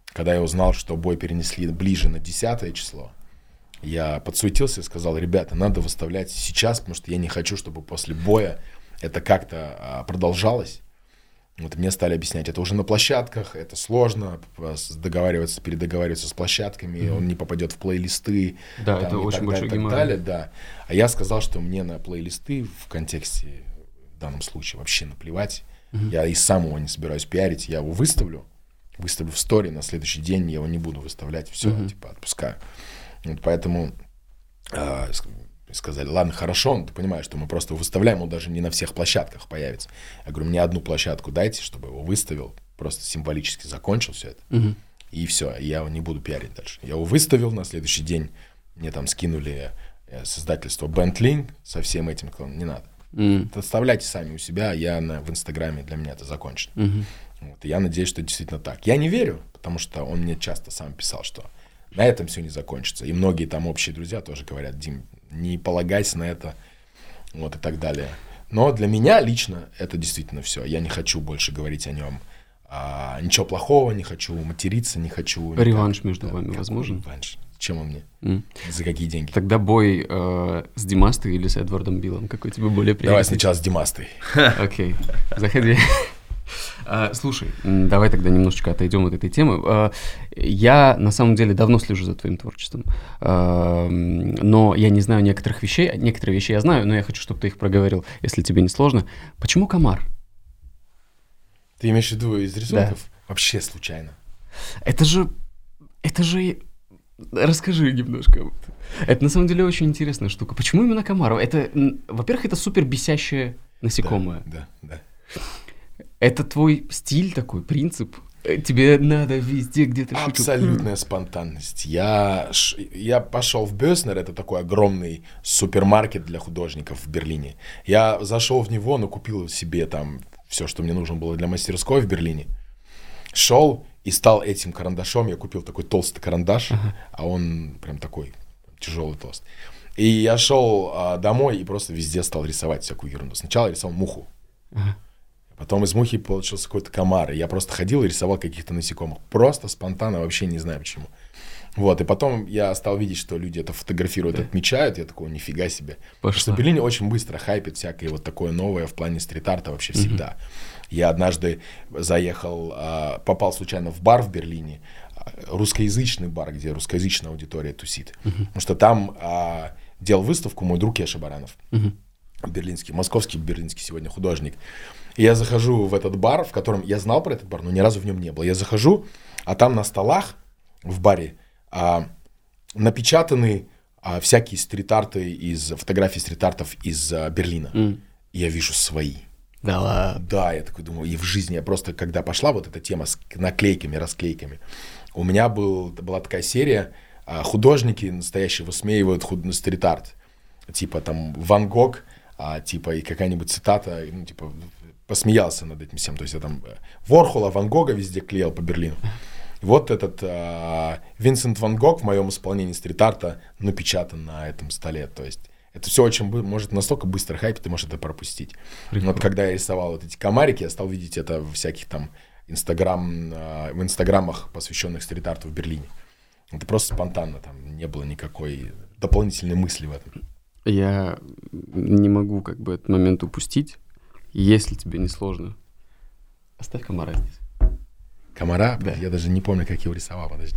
Когда я узнал, что бой перенесли ближе на десятое число, я подсуетился и сказал: ребята, надо выставлять сейчас, потому что я не хочу, чтобы после боя это как-то а, продолжалось. Вот мне стали объяснять, это уже на площадках, это сложно договариваться, передоговариваться с площадками, mm-hmm. он не попадет в плейлисты. Да, там, это очень так, большой так геморрой. далее, да. А я сказал, что мне на плейлисты в контексте, в данном случае, вообще наплевать. Mm-hmm. Я и сам его не собираюсь пиарить, я его выставлю, выставлю в стори, на следующий день я его не буду выставлять, все, mm-hmm. типа, отпускаю. Вот поэтому э, сказали: ладно, хорошо, ты понимаешь, что мы просто выставляем, он даже не на всех площадках появится. Я говорю: мне одну площадку дайте, чтобы его выставил, просто символически закончил все это. Mm-hmm. И все, я его не буду пиарить дальше. Я его выставил, на следующий день мне там скинули с издательства Bentley со всем этим, не надо. Mm-hmm. Оставляйте сами у себя, я на, в Инстаграме, для меня это закончено. Mm-hmm. Вот, и я надеюсь, что действительно так. Я не верю, потому что он мне часто сам писал, что на этом все не закончится. И многие там общие друзья тоже говорят: Дим, не полагайся на это, вот и так далее. Но для меня лично это действительно все. Я не хочу больше говорить о нем. А, ничего плохого, не хочу материться, не хочу... Реванш никак, между да, вами возможен? Реванш. Чем он мне? Mm. За какие деньги? Тогда бой э, с Димастой или с Эдвардом Биллом? Какой тебе более приятный? Давай сначала с Димастой. Окей, заходи. Uh, слушай, давай тогда немножечко отойдем от этой темы. Uh, я на самом деле давно слежу за твоим творчеством, uh, но я не знаю некоторых вещей. Некоторые вещи я знаю, но я хочу, чтобы ты их проговорил, если тебе не сложно. Почему комар? Ты имеешь в виду из рисунков? Да. Вообще случайно. Это же... Это же... Расскажи немножко. Это на самом деле очень интересная штука. Почему именно комар? Это, во-первых, это супер бесящее насекомое. Да, да, да. Это твой стиль такой, принцип? Тебе надо везде где-то шутить? Абсолютная спонтанность. Я, я пошел в Бёснер, это такой огромный супермаркет для художников в Берлине. Я зашел в него, накупил себе там все, что мне нужно было для мастерской в Берлине. Шел и стал этим карандашом. Я купил такой толстый карандаш, uh-huh. а он прям такой тяжелый, толстый. И я шел а, домой и просто везде стал рисовать всякую ерунду. Сначала я рисовал муху. Uh-huh. Потом из мухи получился какой-то комар. И я просто ходил и рисовал каких-то насекомых. Просто спонтанно, вообще не знаю почему. Вот, и потом я стал видеть, что люди это фотографируют, да. отмечают. Я такой: нифига себе. Пошла. Потому что в Берлине очень быстро хайпит всякое вот такое новое в плане стрит-арта вообще всегда. Mm-hmm. Я однажды заехал, попал случайно в бар в Берлине. Русскоязычный бар, где русскоязычная аудитория тусит. Mm-hmm. Потому что там а, делал выставку мой друг Еша Баранов. Mm-hmm. Берлинский, московский берлинский сегодня художник. И я захожу в этот бар, в котором я знал про этот бар, но ни разу в нем не был. Я захожу, а там на столах в баре а, напечатаны а, всякие стрит-арты из фотографий стрит-артов из а, Берлина. Mm. И я вижу свои. Да ладно. Да, я такой думаю, и в жизни я просто, когда пошла вот эта тема с наклейками, расклейками, у меня был, была такая серия, а, художники настоящие высмеивают худ... стрит-арт. Типа там Ван Гог, а, типа и какая-нибудь цитата, ну типа... посмеялся над этим всем. То есть я там Ворхола, Ван Гога везде клеил по Берлину. И вот этот э, Винсент Ван Гог в моем исполнении стрит-арта напечатан на этом столе. То есть это все очень может настолько быстро хайпить, ты можешь это пропустить. Но вот когда я рисовал вот эти комарики, я стал видеть это в всяких там инстаграм, э, в инстаграмах, посвященных стрит-арту в Берлине. Это просто спонтанно, там не было никакой дополнительной мысли в этом. Я не могу как бы этот момент упустить. Если тебе не сложно, оставь комара здесь. Комара? Да. Я даже не помню, как его рисовал, подожди.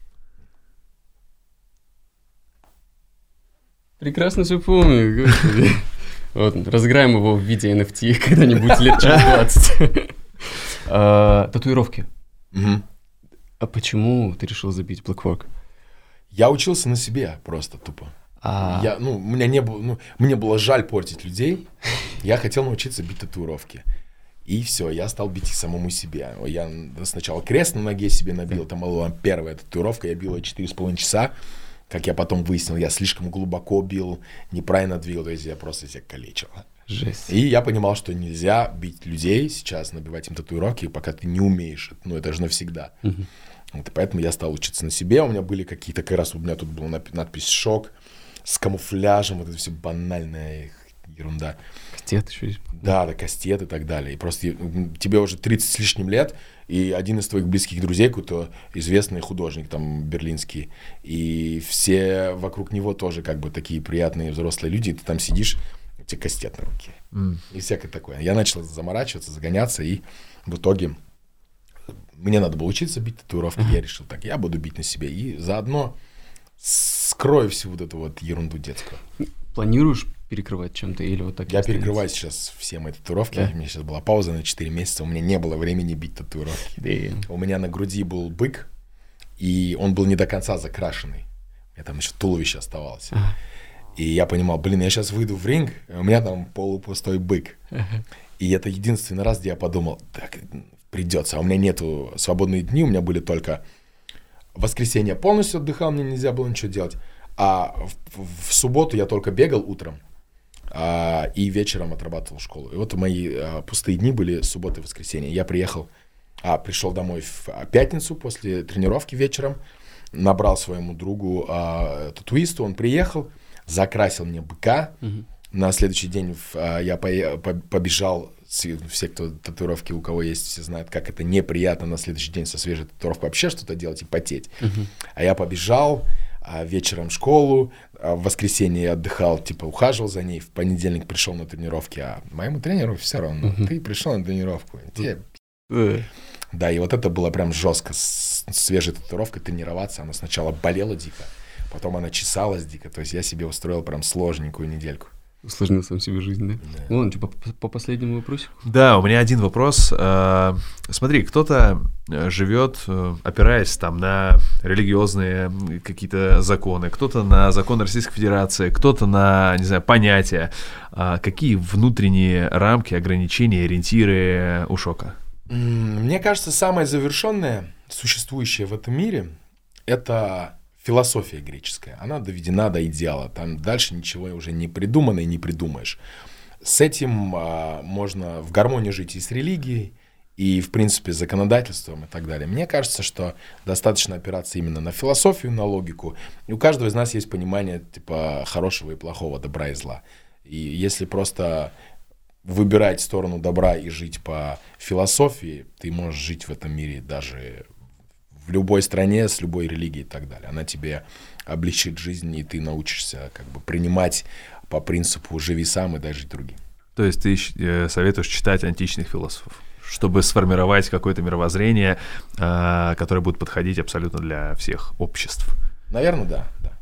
Прекрасно все помню, господи. Вот, разыграем его в виде эн эф ти когда-нибудь лет через двадцать. Татуировки. А почему ты решил забить Blackwork? Я учился на себе просто тупо. А... Я, ну, у меня не было, ну, мне было жаль портить людей. Я хотел научиться бить татуировки. И все, я стал бить их самому себе. Я сначала крест на ноге себе набил. Там была первая татуировка. Я бил ее четыре с половиной часа. Как я потом выяснил, я слишком глубоко бил, неправильно двигал. То есть я просто себя калечил. Жесть. И я понимал, что нельзя бить людей сейчас, набивать им татуировки, пока ты не умеешь. Ну, это же навсегда. Угу. Вот, и поэтому я стал учиться на себе. У меня были какие-то, как раз у меня тут была надпись «Шок». С камуфляжем, вот это все банальная ерунда. Кастет еще есть. Да, да, кастет и так далее. И просто тебе уже тридцать с лишним лет, И один из твоих близких друзей, какой-то известный художник там берлинский, и все вокруг него тоже как бы такие приятные взрослые люди, и ты там сидишь, у тебя кастет на руке. Mm. И всякое такое. Я начал заморачиваться, загоняться, и в итоге мне надо было учиться бить татуировки. Uh-huh. Я решил, так, я буду бить на себе. И заодно скрою всю вот эту вот ерунду детскую. Планируешь перекрывать чем-то или вот так? Я перекрываю сейчас все мои татуировки. Yeah. У меня сейчас была пауза на четыре месяца. У меня не было времени бить татуировки. Yeah. У меня на груди был бык, и он был не до конца закрашенный. У меня там еще туловище оставалось. Uh-huh. И я понимал, блин, я сейчас выйду в ринг, у меня там полупустой бык. Uh-huh. И это единственный раз, где я подумал, так, придется. А у меня нету свободные дни, у меня были только воскресенье полностью отдыхал, мне нельзя было ничего делать. А в, в субботу я только бегал утром, а, и вечером отрабатывал школу. И вот мои а, пустые дни были суббота и воскресенье. Я приехал, а, пришел домой в пятницу после тренировки вечером, набрал своему другу а, татуисту, он приехал, закрасил мне быка. Угу. На следующий день а, я по, по, побежал. Все, кто татуировки, у кого есть, все знают, как это неприятно на следующий день со свежей татуировкой вообще что-то делать и потеть. Uh-huh. А я побежал, а вечером в школу, а в воскресенье я отдыхал, типа ухаживал за ней, в понедельник пришел на тренировки, а моему тренеру все равно. Uh-huh. Ты пришел на тренировку. Тебе... Uh-huh. Да, и вот это было прям жестко. С свежей татуировкой тренироваться, она сначала болела дико, потом она чесалась дико. То есть я себе устроил прям сложненькую недельку. Усложнил сам себе жизнь, да? Да. Ладно, типа по, по последнему вопросу. Да, у меня один вопрос. Смотри, кто-то живет, опираясь там на религиозные какие-то законы, кто-то на закон Российской Федерации, кто-то на, не знаю, понятия. Какие внутренние рамки, ограничения, ориентиры у Шока? Мне кажется, самое завершенное, существующее в этом мире, это... философия греческая, она доведена до идеала. Там дальше ничего уже не придумано и не придумаешь. С этим а, можно в гармонии жить и с религией, и, в принципе, с законодательством и так далее. Мне кажется, что достаточно опираться именно на философию, на логику. И у каждого из нас есть понимание типа хорошего и плохого, добра и зла. И если просто выбирать сторону добра и жить по философии, ты можешь жить в этом мире даже... в любой стране, с любой религией и так далее. Она тебе облегчит жизнь, и ты научишься как бы принимать по принципу «живи сам и дай жить другим». То есть ты советуешь читать античных философов, чтобы сформировать какое-то мировоззрение, которое будет подходить абсолютно для всех обществ? Наверное, да, да.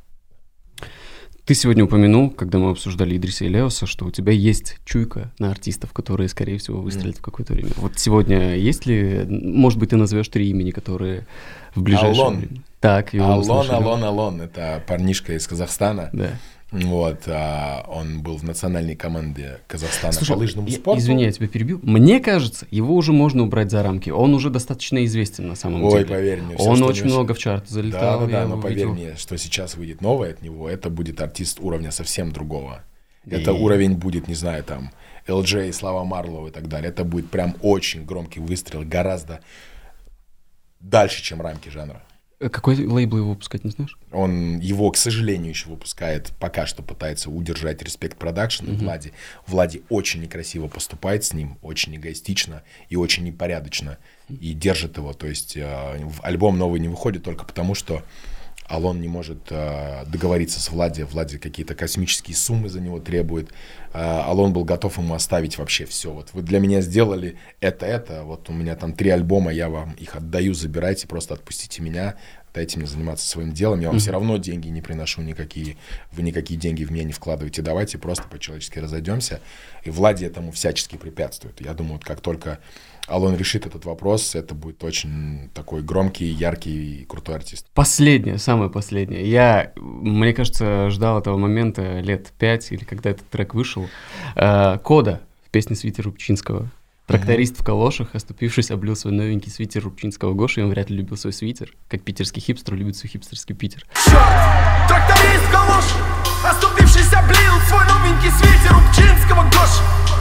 Ты сегодня упомянул, когда мы обсуждали Идриса и Леоса, что у тебя есть чуйка на артистов, которые, скорее всего, выстрелят mm. в какое-то время. Вот сегодня есть ли, может быть, ты назовешь три имени, которые в ближайшее Алон. время? Так, Алон, Алон, Алон. Это парнишка из Казахстана. Да. Вот, а, он был в национальной команде Казахстана. Слушай, по лыжному я, спорту. Извини, я тебя перебью. Мне кажется, его уже можно убрать за рамки. Он уже достаточно известен на самом Ой, деле. Ой, поверь мне. Он очень много в чарты залетал. Да, да, да, но поверь видел. мне, что сейчас выйдет новое от него, это будет артист уровня совсем другого. И... Это уровень будет, не знаю, там, эл джей, Слава Марлоу и так далее. Это будет прям очень громкий выстрел, гораздо дальше, чем рамки жанра. Какой лейбл его выпускать, не знаешь? Он его, к сожалению, еще выпускает, пока что пытается удержать Respect Production. Mm-hmm. Влади. Влади очень некрасиво поступает с ним, очень эгоистично и очень непорядочно. И держит его. То есть э, альбом новый не выходит только потому, что Алон не может э, договориться с Влади. Влади какие-то космические суммы за него требует. Э, Алон был готов ему оставить вообще все. Вот вы для меня сделали это, это. Вот у меня там три альбома, я вам их отдаю, забирайте, просто отпустите меня. Дайте мне заниматься своим делом. Я вам mm-hmm. все равно деньги не приношу никакие. Вы никакие деньги в меня не вкладываете. Давайте просто по-человечески разойдемся. И Влади этому всячески препятствует. Я думаю, вот как только Алон решит этот вопрос, это будет очень такой громкий, яркий и крутой артист. Последнее, самое последнее. Я, мне кажется, ждал этого момента лет пять, или когда этот трек вышел. Кода в песне Свити Рубчинского. Тракторист uh-huh. в калошах, оступившись, облил свой новенький свитер Рубчинского Гоши, и он вряд ли любил свой свитер, как питерский хипстер любит свой хипстерский Питер. Тракторист в калошах, оступившись, облил свой новенький свитер Рубчинского Гоши.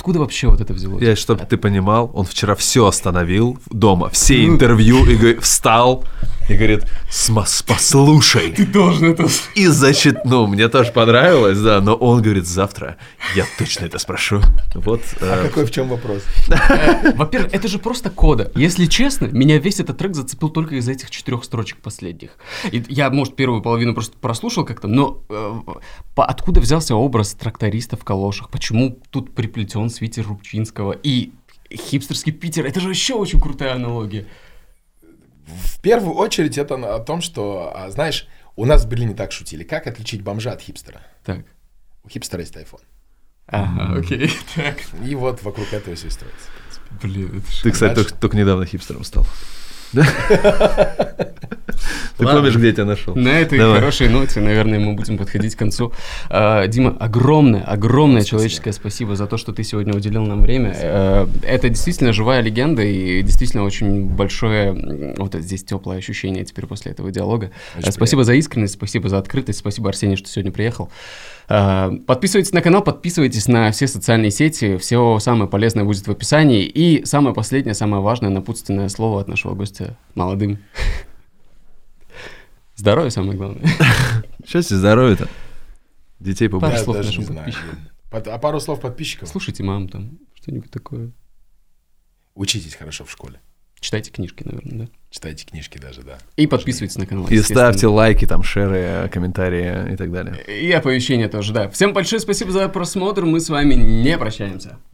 Откуда вообще вот это взялось? Я, чтобы ты понимал, он вчера все остановил дома, все интервью, и говорит, встал и говорит, «Смас, послушай». Ты должен это... И значит, ну, мне тоже понравилось, да, но он говорит, завтра я точно это спрошу. Вот. А э... какой в чем вопрос? Во-первых, это же просто кода. Если честно, меня весь этот трек зацепил только из этих четырех строчек последних. И я, может, первую половину просто прослушал как-то, но э, по, откуда взялся образ тракториста в калошах? Почему тут приплетен свитер Рубчинского и хипстерский Питер? Это же еще очень крутая аналогия. В первую очередь это о том, что, знаешь, у нас в Берлине так шутили. Как отличить бомжа от хипстера? Так. У хипстера есть iPhone. Ага, окей. Так. И вот вокруг этого все строится. Блин, это Ты, кстати, только, только недавно хипстером стал. Ты помнишь, где я тебя нашел? На этой Давай. хорошей ноте, наверное, мы будем подходить к концу. А, Дима, огромное, огромное спасибо. Человеческое спасибо за то, что ты сегодня уделил нам время. А, это действительно живая легенда и действительно очень большое, вот здесь теплое ощущение теперь после этого диалога. Очень спасибо приятно. За искренность, спасибо за открытость, спасибо, Арсений, что сегодня приехал. А, подписывайтесь на канал, подписывайтесь на все социальные сети, все самое полезное будет в описании. И самое последнее, самое важное напутственное слово от нашего гостя молодым. Здоровье самое главное. Счастье, здоровье-то. Детей побольше. Пару слов нашим подписчикам. А пару слов подписчикам? Слушайте мам там, что-нибудь такое. Учитесь хорошо в школе. Читайте книжки, наверное, да? Читайте книжки даже, да. И подписывайтесь на канал. И ставьте лайки, там, шеры, комментарии и так далее. И оповещения тоже, да. Всем большое спасибо за просмотр. Мы с вами не прощаемся.